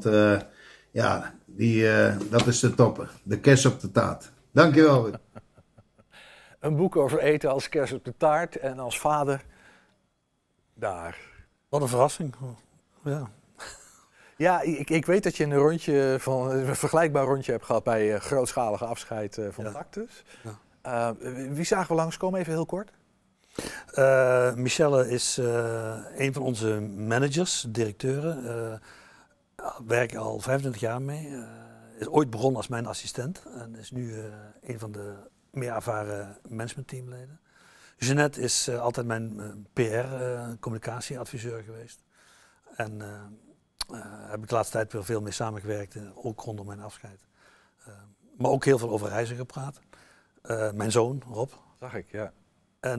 dat is de topper. De kers op de taart. Dankjewel Ruud. Een boek over eten als kers op de taart en als vader daar. Wat een verrassing. Ja. Ja, ik weet dat je een vergelijkbaar rondje hebt gehad bij grootschalige afscheid van Tactus. Ja. Wie zagen we langskomen, even heel kort? Michelle is een van onze managers, directeuren. Werk al 25 jaar mee. Is ooit begonnen als mijn assistent en is nu een van de meer ervaren managementteamleden. Jeanette is altijd mijn PR-communicatieadviseur geweest. En heb ik de laatste tijd weer veel mee samengewerkt, ook rondom mijn afscheid. Maar ook heel veel over reizen gepraat. Mijn zoon, Rob. Zag ik, ja. En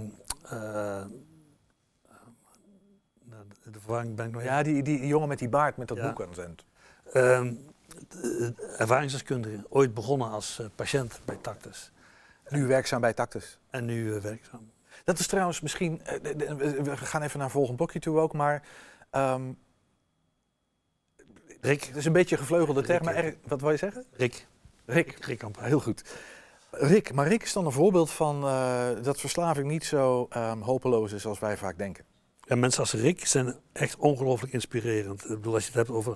de verwarring ben ik nog even... Ja, die jongen met die baard met dat boek aan het eind. Ervaringsdeskundige, ooit begonnen als patiënt bij Tactus. Nu werkzaam bij Tactus. En nu werkzaam. Dat is trouwens misschien, we gaan even naar een volgend blokje toe ook, maar Rick. Het is een beetje een gevleugelde term, maar wat wil je zeggen? Rick. Rick Kamp, heel goed. Rick is dan een voorbeeld van dat verslaving niet zo hopeloos is als wij vaak denken. Ja, mensen als Rick zijn echt ongelooflijk inspirerend. Ik bedoel, als je het hebt over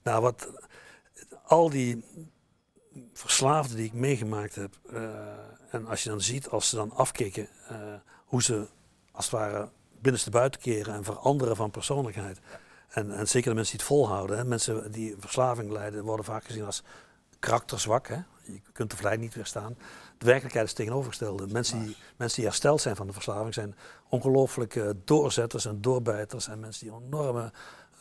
al die verslaafden die ik meegemaakt heb. En als je dan ziet, als ze dan afkicken, hoe ze als het ware binnenstebuiten keren en veranderen van persoonlijkheid. En zeker de mensen die het volhouden, hè, mensen die verslaving lijden, worden vaak gezien als karakterzwak. Hè. Je kunt de vlijt niet weerstaan. De werkelijkheid is tegenovergestelde. Mensen die hersteld zijn van de verslaving zijn ongelooflijke doorzetters en doorbijters en mensen die een enorme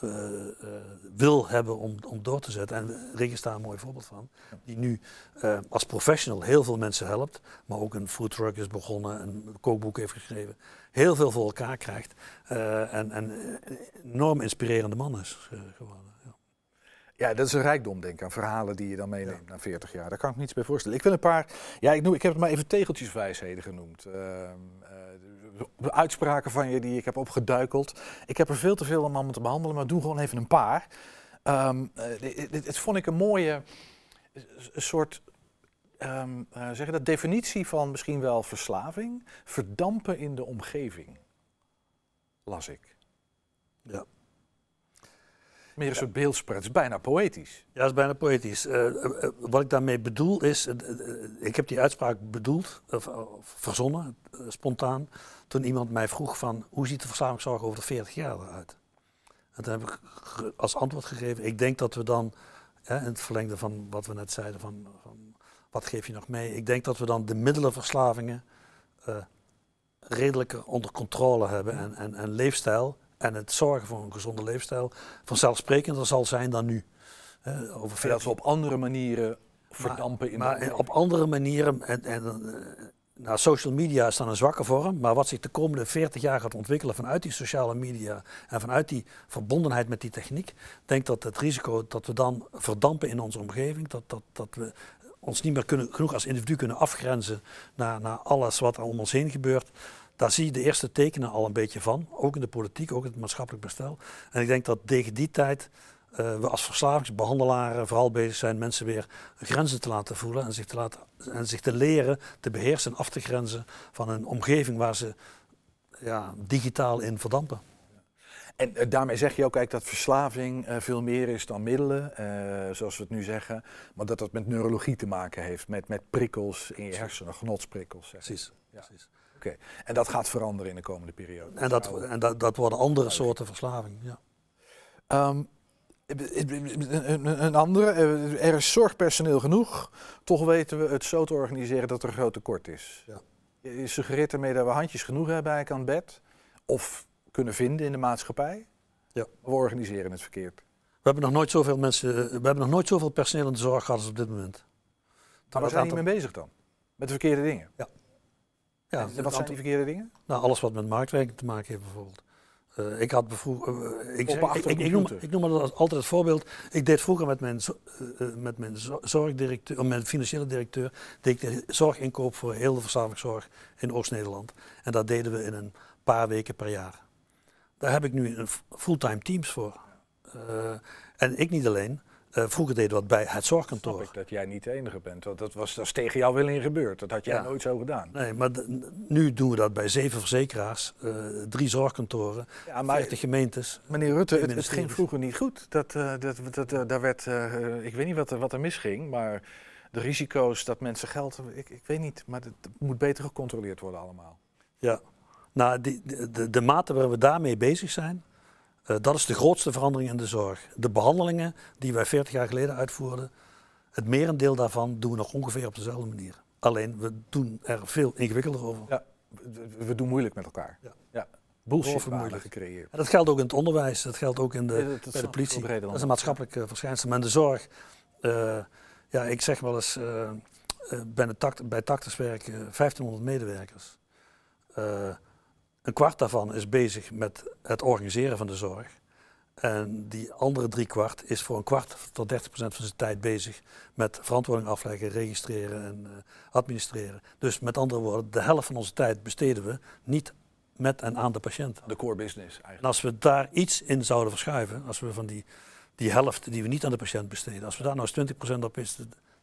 wil hebben om door te zetten. En Rick is daar een mooi voorbeeld van. Die nu als professional heel veel mensen helpt, maar ook een foodtruck is begonnen, een kookboek heeft geschreven. Heel veel voor elkaar krijgt en een enorm inspirerende man is geworden. Ja, dat is een rijkdom, denk ik, aan verhalen die je dan meeneemt na 40 jaar. Daar kan ik me niets bij voorstellen. Ik wil een paar, ik heb het maar even tegeltjeswijsheden genoemd. Uitspraken van je die ik heb opgeduikeld. Ik heb er veel te veel om te behandelen, maar doe gewoon even een paar. Dit vond ik een mooie soort definitie van misschien wel verslaving. Verdampen in de omgeving, las ik. Ja. Meer een soort beeldspraak. Het is bijna poëtisch. Ja, het is bijna poëtisch. Wat ik daarmee bedoel is, ik heb die uitspraak bedoeld, verzonnen, spontaan, toen iemand mij vroeg van, hoe ziet de verslavingszorg over de 40 jaar eruit? En toen heb ik als antwoord gegeven, ik denk dat we dan, in het verlengde van wat we net zeiden, van wat geef je nog mee? Ik denk dat we dan de middelenverslavingen redelijker onder controle hebben en leefstijl. En het zorgen voor een gezonde leefstijl vanzelfsprekender zal zijn dan nu. Dat we op andere manieren verdampen. Op andere manieren. Social media is dan een zwakke vorm. Maar wat zich de komende 40 jaar gaat ontwikkelen vanuit die sociale media en vanuit die verbondenheid met die techniek, denk dat het risico dat we dan verdampen in onze omgeving, dat we ons niet meer genoeg als individu kunnen afgrenzen naar alles wat er om ons heen gebeurt. Daar zie je de eerste tekenen al een beetje van, ook in de politiek, ook in het maatschappelijk bestel. En ik denk dat tegen die tijd we als verslavingsbehandelaren vooral bezig zijn mensen weer grenzen te laten voelen en zich te leren te beheersen en af te grenzen van een omgeving waar ze digitaal in verdampen. En daarmee zeg je ook eigenlijk dat verslaving veel meer is dan middelen, zoals we het nu zeggen, maar dat dat met neurologie te maken heeft, met prikkels in je hersenen, genotsprikkels. Precies. Ja. Precies. Oké. En dat gaat veranderen in de komende periode. En dat worden andere soorten verslaving. Ja. Een andere, er is zorgpersoneel genoeg, toch weten we het zo te organiseren dat er een groot tekort is. Ja. Je suggereert ermee dat we handjes genoeg hebben eigenlijk aan het bed, of kunnen vinden in de maatschappij. Ja. We organiseren het verkeerd. We hebben nog nooit zoveel personeel in de zorg gehad als op dit moment. Maar waar zijn we mee bezig dan? Met de verkeerde dingen? Ja. En wat zijn die verkeerde dingen? Nou, alles wat met marktwerking te maken heeft bijvoorbeeld. Ik noem het altijd het voorbeeld. Ik deed vroeger met mijn zorgdirecteur, mijn financiële directeur, deed ik de zorginkoop voor heel de verslavingszorg in Oost-Nederland. En dat deden we in een paar weken per jaar. Daar heb ik nu een fulltime teams voor. En ik niet alleen. Vroeger deden we dat bij het zorgkantoor. Snap ik dat jij niet de enige bent, want dat is tegen jouw wil in gebeurd. Dat had jij nooit zo gedaan. Nee, maar nu doen we dat bij 7 verzekeraars, 3 zorgkantoren, 40 gemeentes. Meneer Rutte, het ging vroeger niet goed. Daar werd, ik weet niet wat er misging, maar de risico's dat mensen geld, ik weet niet, maar het moet beter gecontroleerd worden allemaal. Ja, nou de mate waar we daarmee bezig zijn, dat is de grootste verandering in de zorg. De behandelingen die wij 40 jaar geleden uitvoerden, het merendeel daarvan doen we nog ongeveer op dezelfde manier. Alleen, we doen er veel ingewikkelder over. Ja, we doen moeilijk met elkaar. Ja. Bullshit gecreëerd. En dat geldt ook in het onderwijs, dat geldt ook bij de politie. Dat is een maatschappelijk verschijnsel. Maar in de zorg, ik zeg wel eens, bij Tactus werken 1500 medewerkers. Een kwart daarvan is bezig met het organiseren van de zorg. En die andere 3/4 is voor een kwart tot 30% van zijn tijd bezig met verantwoording afleggen, registreren en administreren. Dus met andere woorden, de helft van onze tijd besteden we niet met en aan de patiënt. De core business eigenlijk. En als we daar iets in zouden verschuiven, als we van die helft die we niet aan de patiënt besteden, als we daar nou eens 20% op is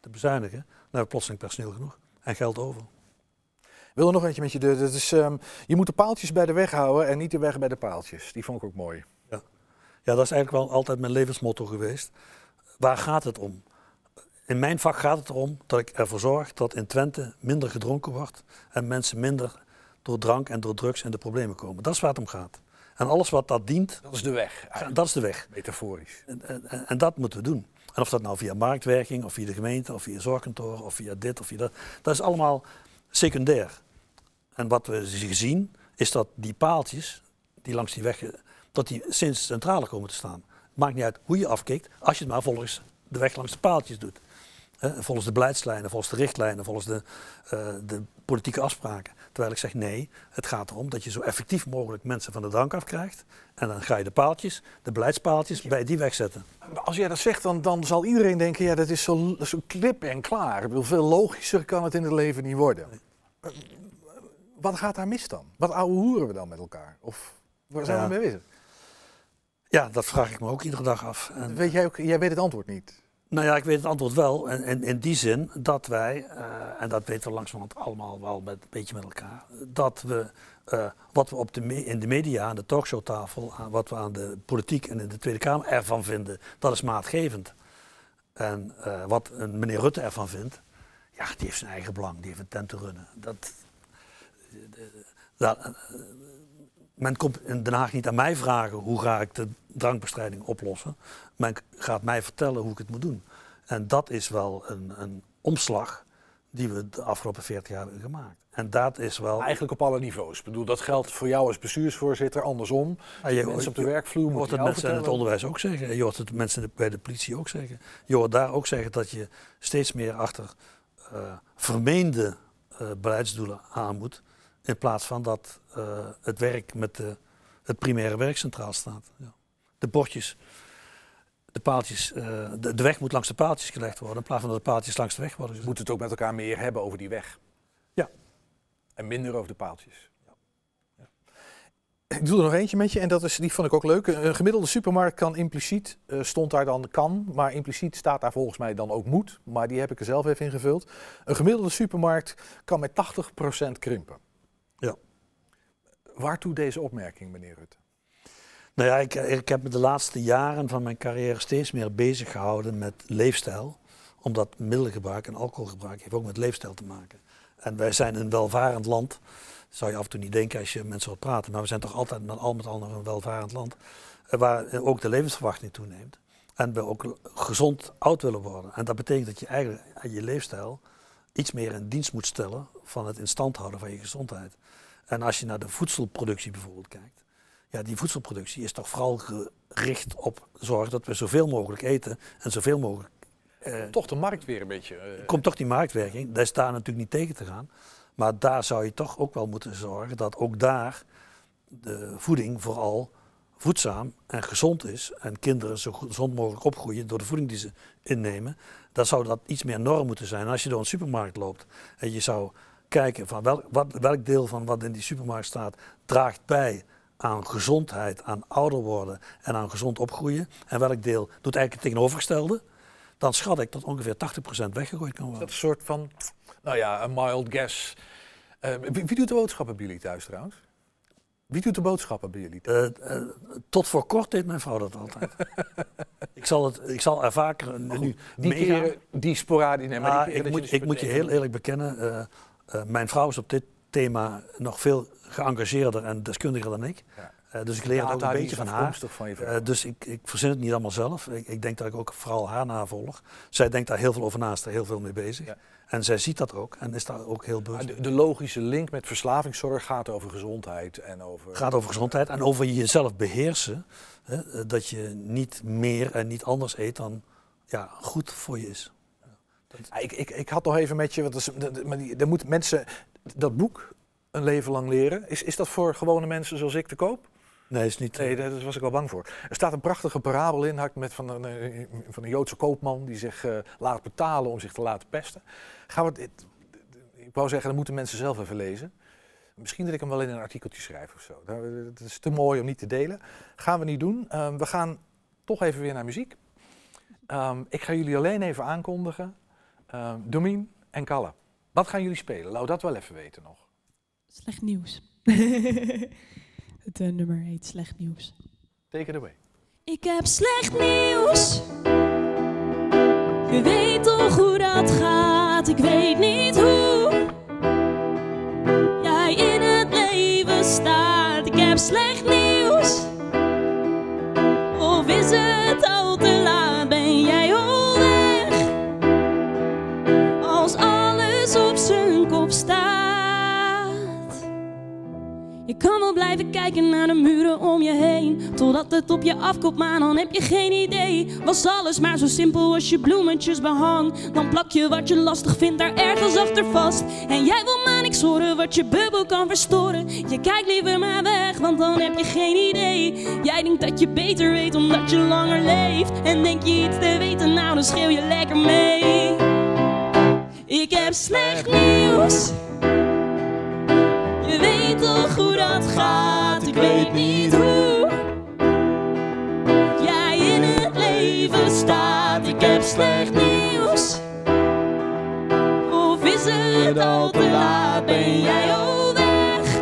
te bezuinigen, dan hebben we plotseling personeel genoeg en geld over. Ik wil er nog eentje met je deur. Dat is, je moet de paaltjes bij de weg houden en niet de weg bij de paaltjes. Die vond ik ook mooi. Ja, dat is eigenlijk wel altijd mijn levensmotto geweest. Waar gaat het om? In mijn vak gaat het erom dat ik ervoor zorg dat in Twente minder gedronken wordt en mensen minder door drank en door drugs in de problemen komen. Dat is waar het om gaat. En alles wat dat dient... Dat is de weg. Eigenlijk. Dat is de weg. Metaforisch. En dat moeten we doen. En of dat nou via marktwerking, of via de gemeente, of via zorgkantoor, of via dit, of via dat. Dat is allemaal secundair. En wat we zien, is dat die paaltjes, die langs die weg, dat die sinds centrale komen te staan. Het maakt niet uit hoe je afkikt, als je het maar volgens de weg langs de paaltjes doet. Volgens de beleidslijnen, volgens de richtlijnen, volgens de politieke afspraken. Terwijl ik zeg nee, het gaat erom dat je zo effectief mogelijk mensen van de drank afkrijgt. En dan ga je de paaltjes, de beleidspaaltjes, bij die weg zetten. Als jij dat zegt, dan zal iedereen denken, ja, dat is zo klip en klaar. Ik bedoel, veel logischer kan het in het leven niet worden. Wat gaat daar mis dan? Wat ouwe hoeren we dan met elkaar? Of waar zijn we mee bezig? Ja, dat vraag ik me ook iedere dag af. En weet jij ook, jij weet het antwoord niet? Nou ja, ik weet het antwoord wel. En in die zin dat wij, en dat weten we langzamerhand allemaal wel een beetje met elkaar, dat we wat we in de media, aan de talkshowtafel, wat we aan de politiek en in de Tweede Kamer ervan vinden, dat is maatgevend. En wat meneer Rutte ervan vindt, ja, die heeft zijn eigen belang, die heeft een tent te runnen. Men komt in Den Haag niet aan mij vragen hoe ga ik de drankbestrijding oplossen. Men gaat mij vertellen hoe ik het moet doen. En dat is wel een omslag die we de afgelopen 40 jaar hebben gemaakt. En dat is wel... Eigenlijk op alle niveaus. Ik bedoel, dat geldt voor jou als bestuursvoorzitter, andersom. Mensen op de werkvloer moeten het mensen in het onderwijs ook zeggen. Je hoort het mensen bij de politie ook zeggen. Je hoort daar ook zeggen dat je steeds meer achter vermeende beleidsdoelen aan moet. In plaats van dat het werk met het primaire werk centraal staat. Ja. De bordjes, de paaltjes, de weg moet langs de paaltjes gelegd worden in plaats van dat de paaltjes langs de weg worden. We moeten het ook met elkaar meer hebben over die weg. Ja. En minder over de paaltjes. Ja. Ja. Ik doe er nog eentje met je en die vond ik ook leuk. Een gemiddelde supermarkt kan impliciet, stond daar dan kan, maar impliciet staat daar volgens mij dan ook moet. Maar die heb ik er zelf even ingevuld. Een gemiddelde supermarkt kan met 80% krimpen. Ja. Waartoe deze opmerking, meneer Rutte? Nou ja, ik heb me de laatste jaren van mijn carrière steeds meer bezig gehouden met leefstijl. Omdat middelengebruik en alcoholgebruik heeft ook met leefstijl te maken. En wij zijn een welvarend land. Dat zou je af en toe niet denken als je met mensen hoort praten. Maar we zijn toch altijd al met al nog een welvarend land. Waar ook de levensverwachting toeneemt. En we ook gezond oud willen worden. En dat betekent dat je eigenlijk aan je leefstijl iets meer in dienst moet stellen van het in stand houden van je gezondheid. En als je naar de voedselproductie bijvoorbeeld kijkt. Ja, die voedselproductie is toch vooral gericht op zorg dat we zoveel mogelijk eten en zoveel mogelijk... toch de markt weer een beetje... Komt toch die marktwerking, daar is daar natuurlijk niet tegen te gaan. Maar daar zou je toch ook wel moeten zorgen dat ook daar de voeding vooral voedzaam en gezond is. En kinderen zo gezond mogelijk opgroeien door de voeding die ze innemen. Dan zou dat iets meer norm moeten zijn. En als je door een supermarkt loopt en je zou kijken van welk deel van wat in die supermarkt staat draagt bij aan gezondheid, aan ouder worden en aan gezond opgroeien. En welk deel doet eigenlijk het tegenovergestelde. Dan schat ik dat ongeveer 80% weggegooid kan worden. Dat is een soort van, nou ja, een mild guess. Wie doet de boodschappen bij jullie thuis trouwens? Wie doet de boodschappen bij jullie thuis? Tot voor kort deed mijn vrouw dat altijd. ik zal er vaker nu die meegaan. Keren, die sporadisch... Nee, maar ik moet je heel eerlijk bekennen, mijn vrouw is op dit thema nog veel geëngageerder en deskundiger dan ik. Ja. Dus ik leer het ook een beetje van haar. Dus ik verzin het niet allemaal zelf. Ik denk dat ik ook vooral haar navolg. Zij denkt daar heel veel over na, is er heel veel mee bezig. Ja. En zij ziet dat ook en is daar ook heel bewust. De logische link met verslavingszorg gaat over gezondheid en over... Gaat over gezondheid en over jezelf beheersen. Hè, dat je niet meer en niet anders eet dan goed voor je is. Ja, ik had nog even met je, er moeten mensen dat boek een leven lang leren. Is dat voor gewone mensen zoals ik te koop? Nee, is niet. Nee, daar was ik wel bang voor. Er staat een prachtige parabel in, van een Joodse koopman die zich laat betalen om zich te laten pesten. Ik wou zeggen, dat moeten mensen zelf even lezen. Misschien dat ik hem wel in een artikeltje schrijf of zo. Het is te mooi om niet te delen. Gaan we niet doen. We gaan toch even weer naar muziek. Ik ga jullie alleen even aankondigen. Domien en Kalle, wat gaan jullie spelen? Laat dat wel even weten nog. Slecht nieuws. Het nummer heet Slecht Nieuws. Take it away. Ik heb slecht nieuws. Je weet toch hoe dat gaat, ik weet niet hoe jij in het leven staat. Ik heb slecht nieuws. Of is het al te laat, ben jij al weg? Als alles op zijn kop staat. Je kan wel blijven kijken naar de muren om je heen, totdat het op je afkomt, maar dan heb je geen idee. Was alles maar zo simpel als je bloemetjes behang, dan plak je wat je lastig vindt daar ergens achter vast. En jij wil maar niks horen wat je bubbel kan verstoren. Je kijkt liever maar weg, want dan heb je geen idee. Jij denkt dat je beter weet omdat je langer leeft, en denk je iets te weten, nou dan schreeuw je lekker mee. Ik heb slecht nieuws. Je weet toch hoe dat gaat, ik weet niet hoe jij in het leven staat. Ik heb slecht nieuws. Of is het al te laat, ben jij al weg?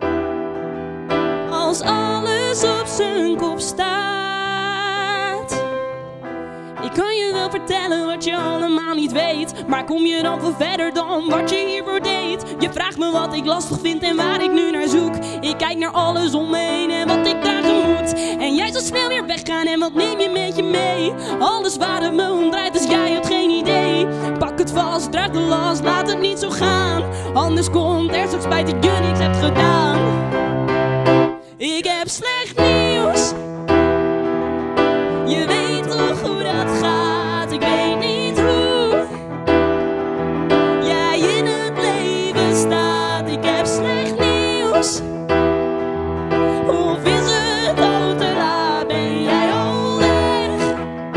Als alles op zijn kop staat. Ik kan je wel vertellen wat je allemaal niet weet, maar kom je dan veel verder dan wat je hiervoor deed? Je vraagt me wat ik lastig vind en waar ik nu naar zoek. Ik kijk naar alles om me heen en wat ik dragen moet. En jij zal snel weer weggaan en wat neem je met je mee? Alles waar het me om draait, dus jij had geen idee. Pak het vast, draag de last, laat het niet zo gaan. Anders komt er straks spijt dat je niks hebt gedaan. Ik heb slecht nieuws. Je weet toch hoe dat gaat, ik weet niet hoe jij in het leven staat. Ik heb slecht nieuws. Of is het al te laat, ben jij al weg?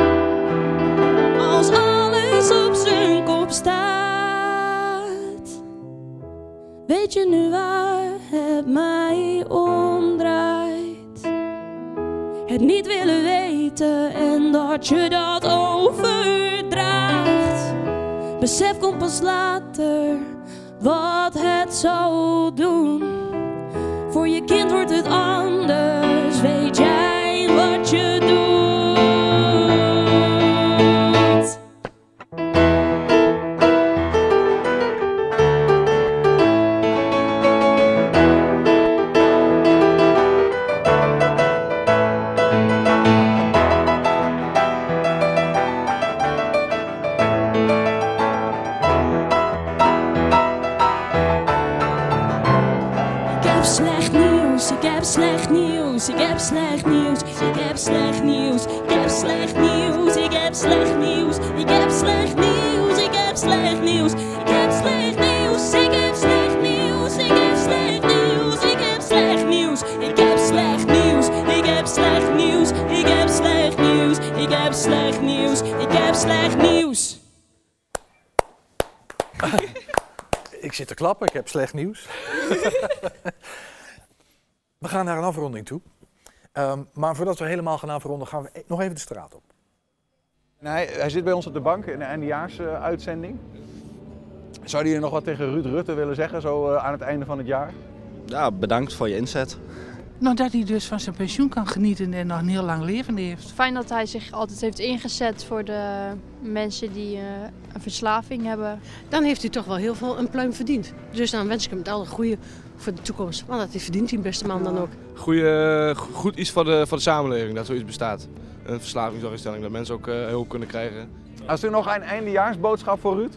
Als alles op zijn kop staat. Weet je nu waar het mij om draait? Het niet willen weten en dat je dat overdraagt. Besef komt pas later wat het zal doen. Voor je kind wordt het anders, weet jij wat je doet. Slecht nieuws, ik heb slecht nieuws, ik heb slecht nieuws, ik heb slecht nieuws, ik heb slecht nieuws, ik heb slecht nieuws, ik heb slecht nieuws, ik heb slecht nieuws, ik heb slecht nieuws, ik heb slecht nieuws, ik heb slecht nieuws, ik heb slecht nieuws, ik heb slecht nieuws, ik heb slecht nieuws, ik heb slecht nieuws, ik heb slecht nieuws. Ik zit te klappen, ik heb slecht nieuws. We gaan naar een afronding toe. Maar voordat we helemaal gaan afronden, gaan we nog even de straat op. Nee, hij zit bij ons op de bank in de eindejaarsuitzending. Zou je nog wat tegen Ruud Rutte willen zeggen, zo aan het einde van het jaar? Ja, bedankt voor je inzet. Nou, dat hij dus van zijn pensioen kan genieten en nog een heel lang leven heeft. Fijn dat hij zich altijd heeft ingezet voor de mensen die een verslaving hebben. Dan heeft hij toch wel heel veel een pluim verdiend. Dus dan wens ik hem het alle goede voor de toekomst. Want dat verdient hij, beste man, dan ook. Goed iets voor de samenleving, dat zoiets bestaat. Een verslavingsinstelling, dat mensen ook hulp kunnen krijgen. Als er nog een eindejaarsboodschap voor Ruud?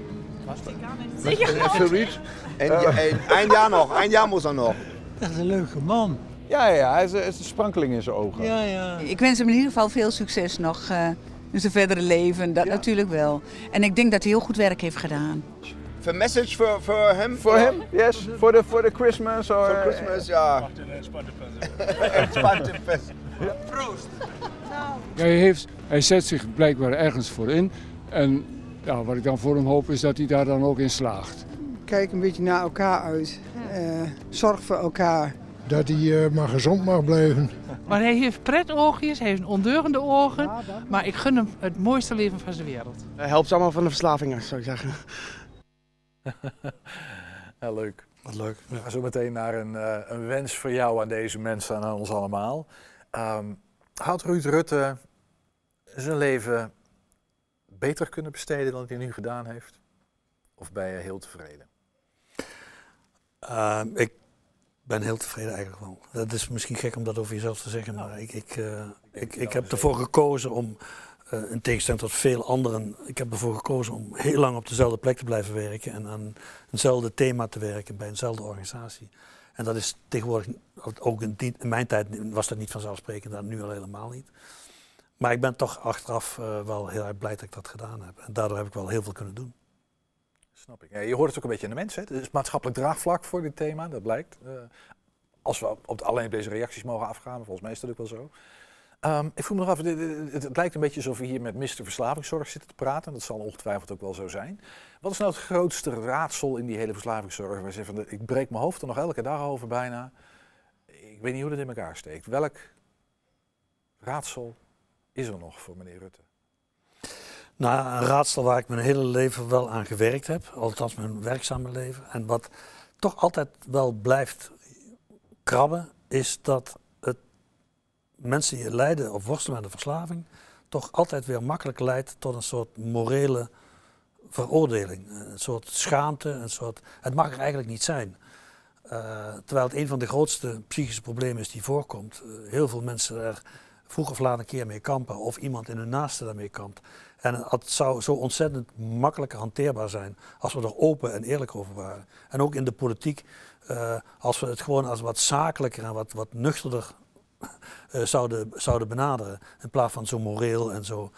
Voor Ruud? Een jaar nog, een jaar moet er nog. Dat is een leuke man. Ja, hij is een sprankeling in zijn ogen. Ja. Ik wens hem in ieder geval veel succes nog in zijn verdere leven, dat natuurlijk wel. En ik denk dat hij heel goed werk heeft gedaan. Een message voor hem? Voor hem, yes. Voor de Christmas. Voor Christmas, ja. Entspannt en best. Proost. Ja, hij zet zich blijkbaar ergens voor in. En ja, wat ik dan voor hem hoop is dat hij daar dan ook in slaagt. Kijk een beetje naar elkaar uit. Zorg voor elkaar. Dat hij maar gezond mag blijven. Maar hij heeft pretoogjes, hij heeft ondeugende ogen. Maar ik gun hem het mooiste leven van zijn wereld. Hij helpt allemaal van de verslaving, zou ik zeggen. Ja, leuk. Wat leuk. We gaan zo meteen naar een wens voor jou aan deze mensen en aan ons allemaal. Had Ruud Rutte zijn leven beter kunnen besteden dan hij nu gedaan heeft? Of ben je heel tevreden? Ik ben heel tevreden eigenlijk wel. Dat is misschien gek om dat over jezelf te zeggen, maar ik heb ervoor gekozen om, in tegenstelling tot veel anderen, ik heb ervoor gekozen om heel lang op dezelfde plek te blijven werken en aan eenzelfde thema te werken bij eenzelfde organisatie. En dat is tegenwoordig, ook in mijn tijd was dat niet vanzelfsprekend, dat nu al helemaal niet. Maar ik ben toch achteraf wel heel erg blij dat ik dat gedaan heb. En daardoor heb ik wel heel veel kunnen doen. Snap ik. Ja, je hoort het ook een beetje aan de mensen. Het is maatschappelijk draagvlak voor dit thema, dat blijkt. Als we alleen op deze reacties mogen afgaan, volgens mij is dat ook wel zo. Ik voel me nog even, het lijkt een beetje alsof we hier met Mr. Verslavingszorg zitten te praten. Dat zal ongetwijfeld ook wel zo zijn. Wat is nou het grootste raadsel in die hele verslavingszorg? Waar je zegt van, ik breek mijn hoofd er nog elke dag over bijna. Ik weet niet hoe dat in elkaar steekt. Welk raadsel is er nog voor meneer Rutte? Nou, een raadsel waar ik mijn hele leven wel aan gewerkt heb, althans mijn werkzame leven. En wat toch altijd wel blijft krabben, is dat het mensen die lijden of worstelen met een verslaving, toch altijd weer makkelijk leidt tot een soort morele veroordeling. Een soort schaamte, het mag er eigenlijk niet zijn. Terwijl het een van de grootste psychische problemen is die voorkomt. Heel veel mensen er vroeg of laat een keer mee kampen of iemand in hun naaste daarmee kampt. En het zou zo ontzettend makkelijker hanteerbaar zijn als we er open en eerlijk over waren. En ook in de politiek, als we het gewoon als wat zakelijker en wat nuchterder zouden benaderen. In plaats van zo moreel en zo.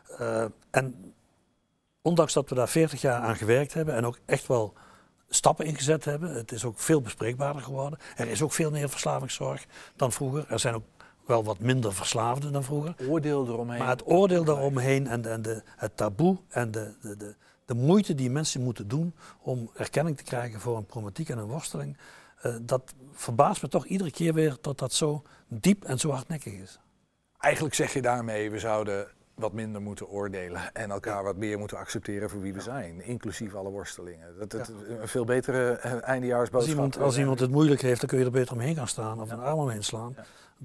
En ondanks dat we daar 40 jaar aan gewerkt hebben en ook echt wel stappen ingezet hebben. Het is ook veel bespreekbaarder geworden. Er is ook veel meer verslavingszorg dan vroeger. Er zijn ook wel wat minder verslaafden dan vroeger. Oordeel eromheen. Maar het oordeel daaromheen en het taboe en de moeite die mensen moeten doen om erkenning te krijgen voor een problematiek en een worsteling, dat verbaast me toch iedere keer weer dat dat zo diep en zo hardnekkig is. Eigenlijk zeg je daarmee, we zouden wat minder moeten oordelen en elkaar wat meer moeten accepteren voor wie we zijn, inclusief alle worstelingen. Dat het een veel betere eindejaarsboodschap. Als iemand het moeilijk heeft, dan kun je er beter omheen gaan staan of een arm omheen slaan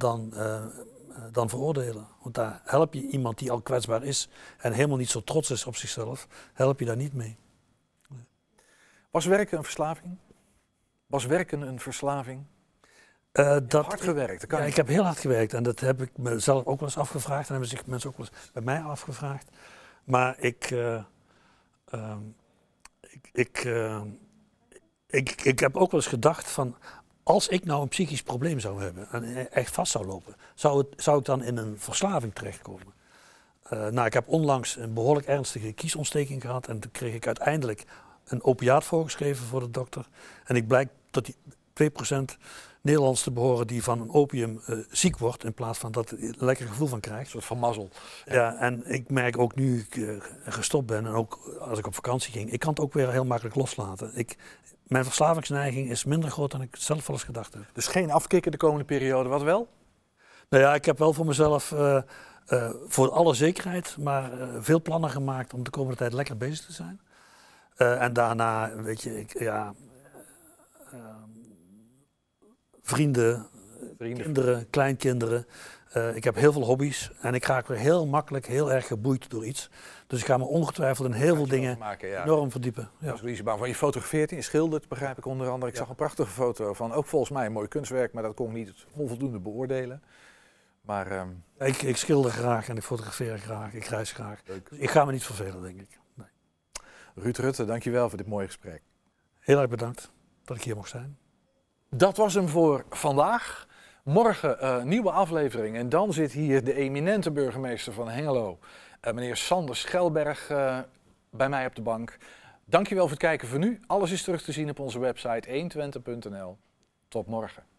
dan veroordelen. Want daar help je iemand die al kwetsbaar is en helemaal niet zo trots is op zichzelf, help je daar niet mee. Nee. Was werken een verslaving? Was werken een verslaving? Hard gewerkt. Ik heb heel hard gewerkt en dat heb ik mezelf ook wel eens afgevraagd en hebben zich mensen ook wel eens bij mij afgevraagd. Maar ik heb ook wel eens gedacht van, als ik nou een psychisch probleem zou hebben en echt vast zou lopen, zou ik dan in een verslaving terechtkomen? Ik heb onlangs een behoorlijk ernstige kiesontsteking gehad en toen kreeg ik uiteindelijk een opiaat voorgeschreven voor de dokter. En ik blijk tot die 2% Nederlands te behoren die van een opium ziek wordt in plaats van dat een lekker gevoel van krijgt. Een soort van mazzel. Ja, en ik merk ook nu ik gestopt ben en ook als ik op vakantie ging, ik kan het ook weer heel makkelijk loslaten. Mijn verslavingsneiging is minder groot dan ik zelf wel eens gedacht heb. Dus geen afkicken de komende periode, wat wel? Nou ja, ik heb wel voor mezelf, voor alle zekerheid, maar veel plannen gemaakt om de komende tijd lekker bezig te zijn. En daarna, weet je, vrienden, kinderen, kleinkinderen. Ik heb heel veel hobby's en ik raak weer heel makkelijk heel erg geboeid door iets. Dus ik ga me ongetwijfeld in heel veel dingen enorm verdiepen. Ja. Van je fotografeert en je schildert, begrijp ik onder andere. Ik zag een prachtige foto van, ook volgens mij een mooi kunstwerk, maar dat kon ik niet onvoldoende beoordelen. Maar, ik schilder graag en ik fotografeer graag, ik reis graag. Dus ik ga me niet vervelen, denk ik. Nee. Ruud Rutte, dankjewel voor dit mooie gesprek. Heel erg bedankt dat ik hier mocht zijn. Dat was hem voor vandaag. Morgen een nieuwe aflevering en dan zit hier de eminente burgemeester van Hengelo, meneer Sander Schelberg, bij mij op de bank. Dankjewel voor het kijken voor nu. Alles is terug te zien op onze website 120.nl. Tot morgen.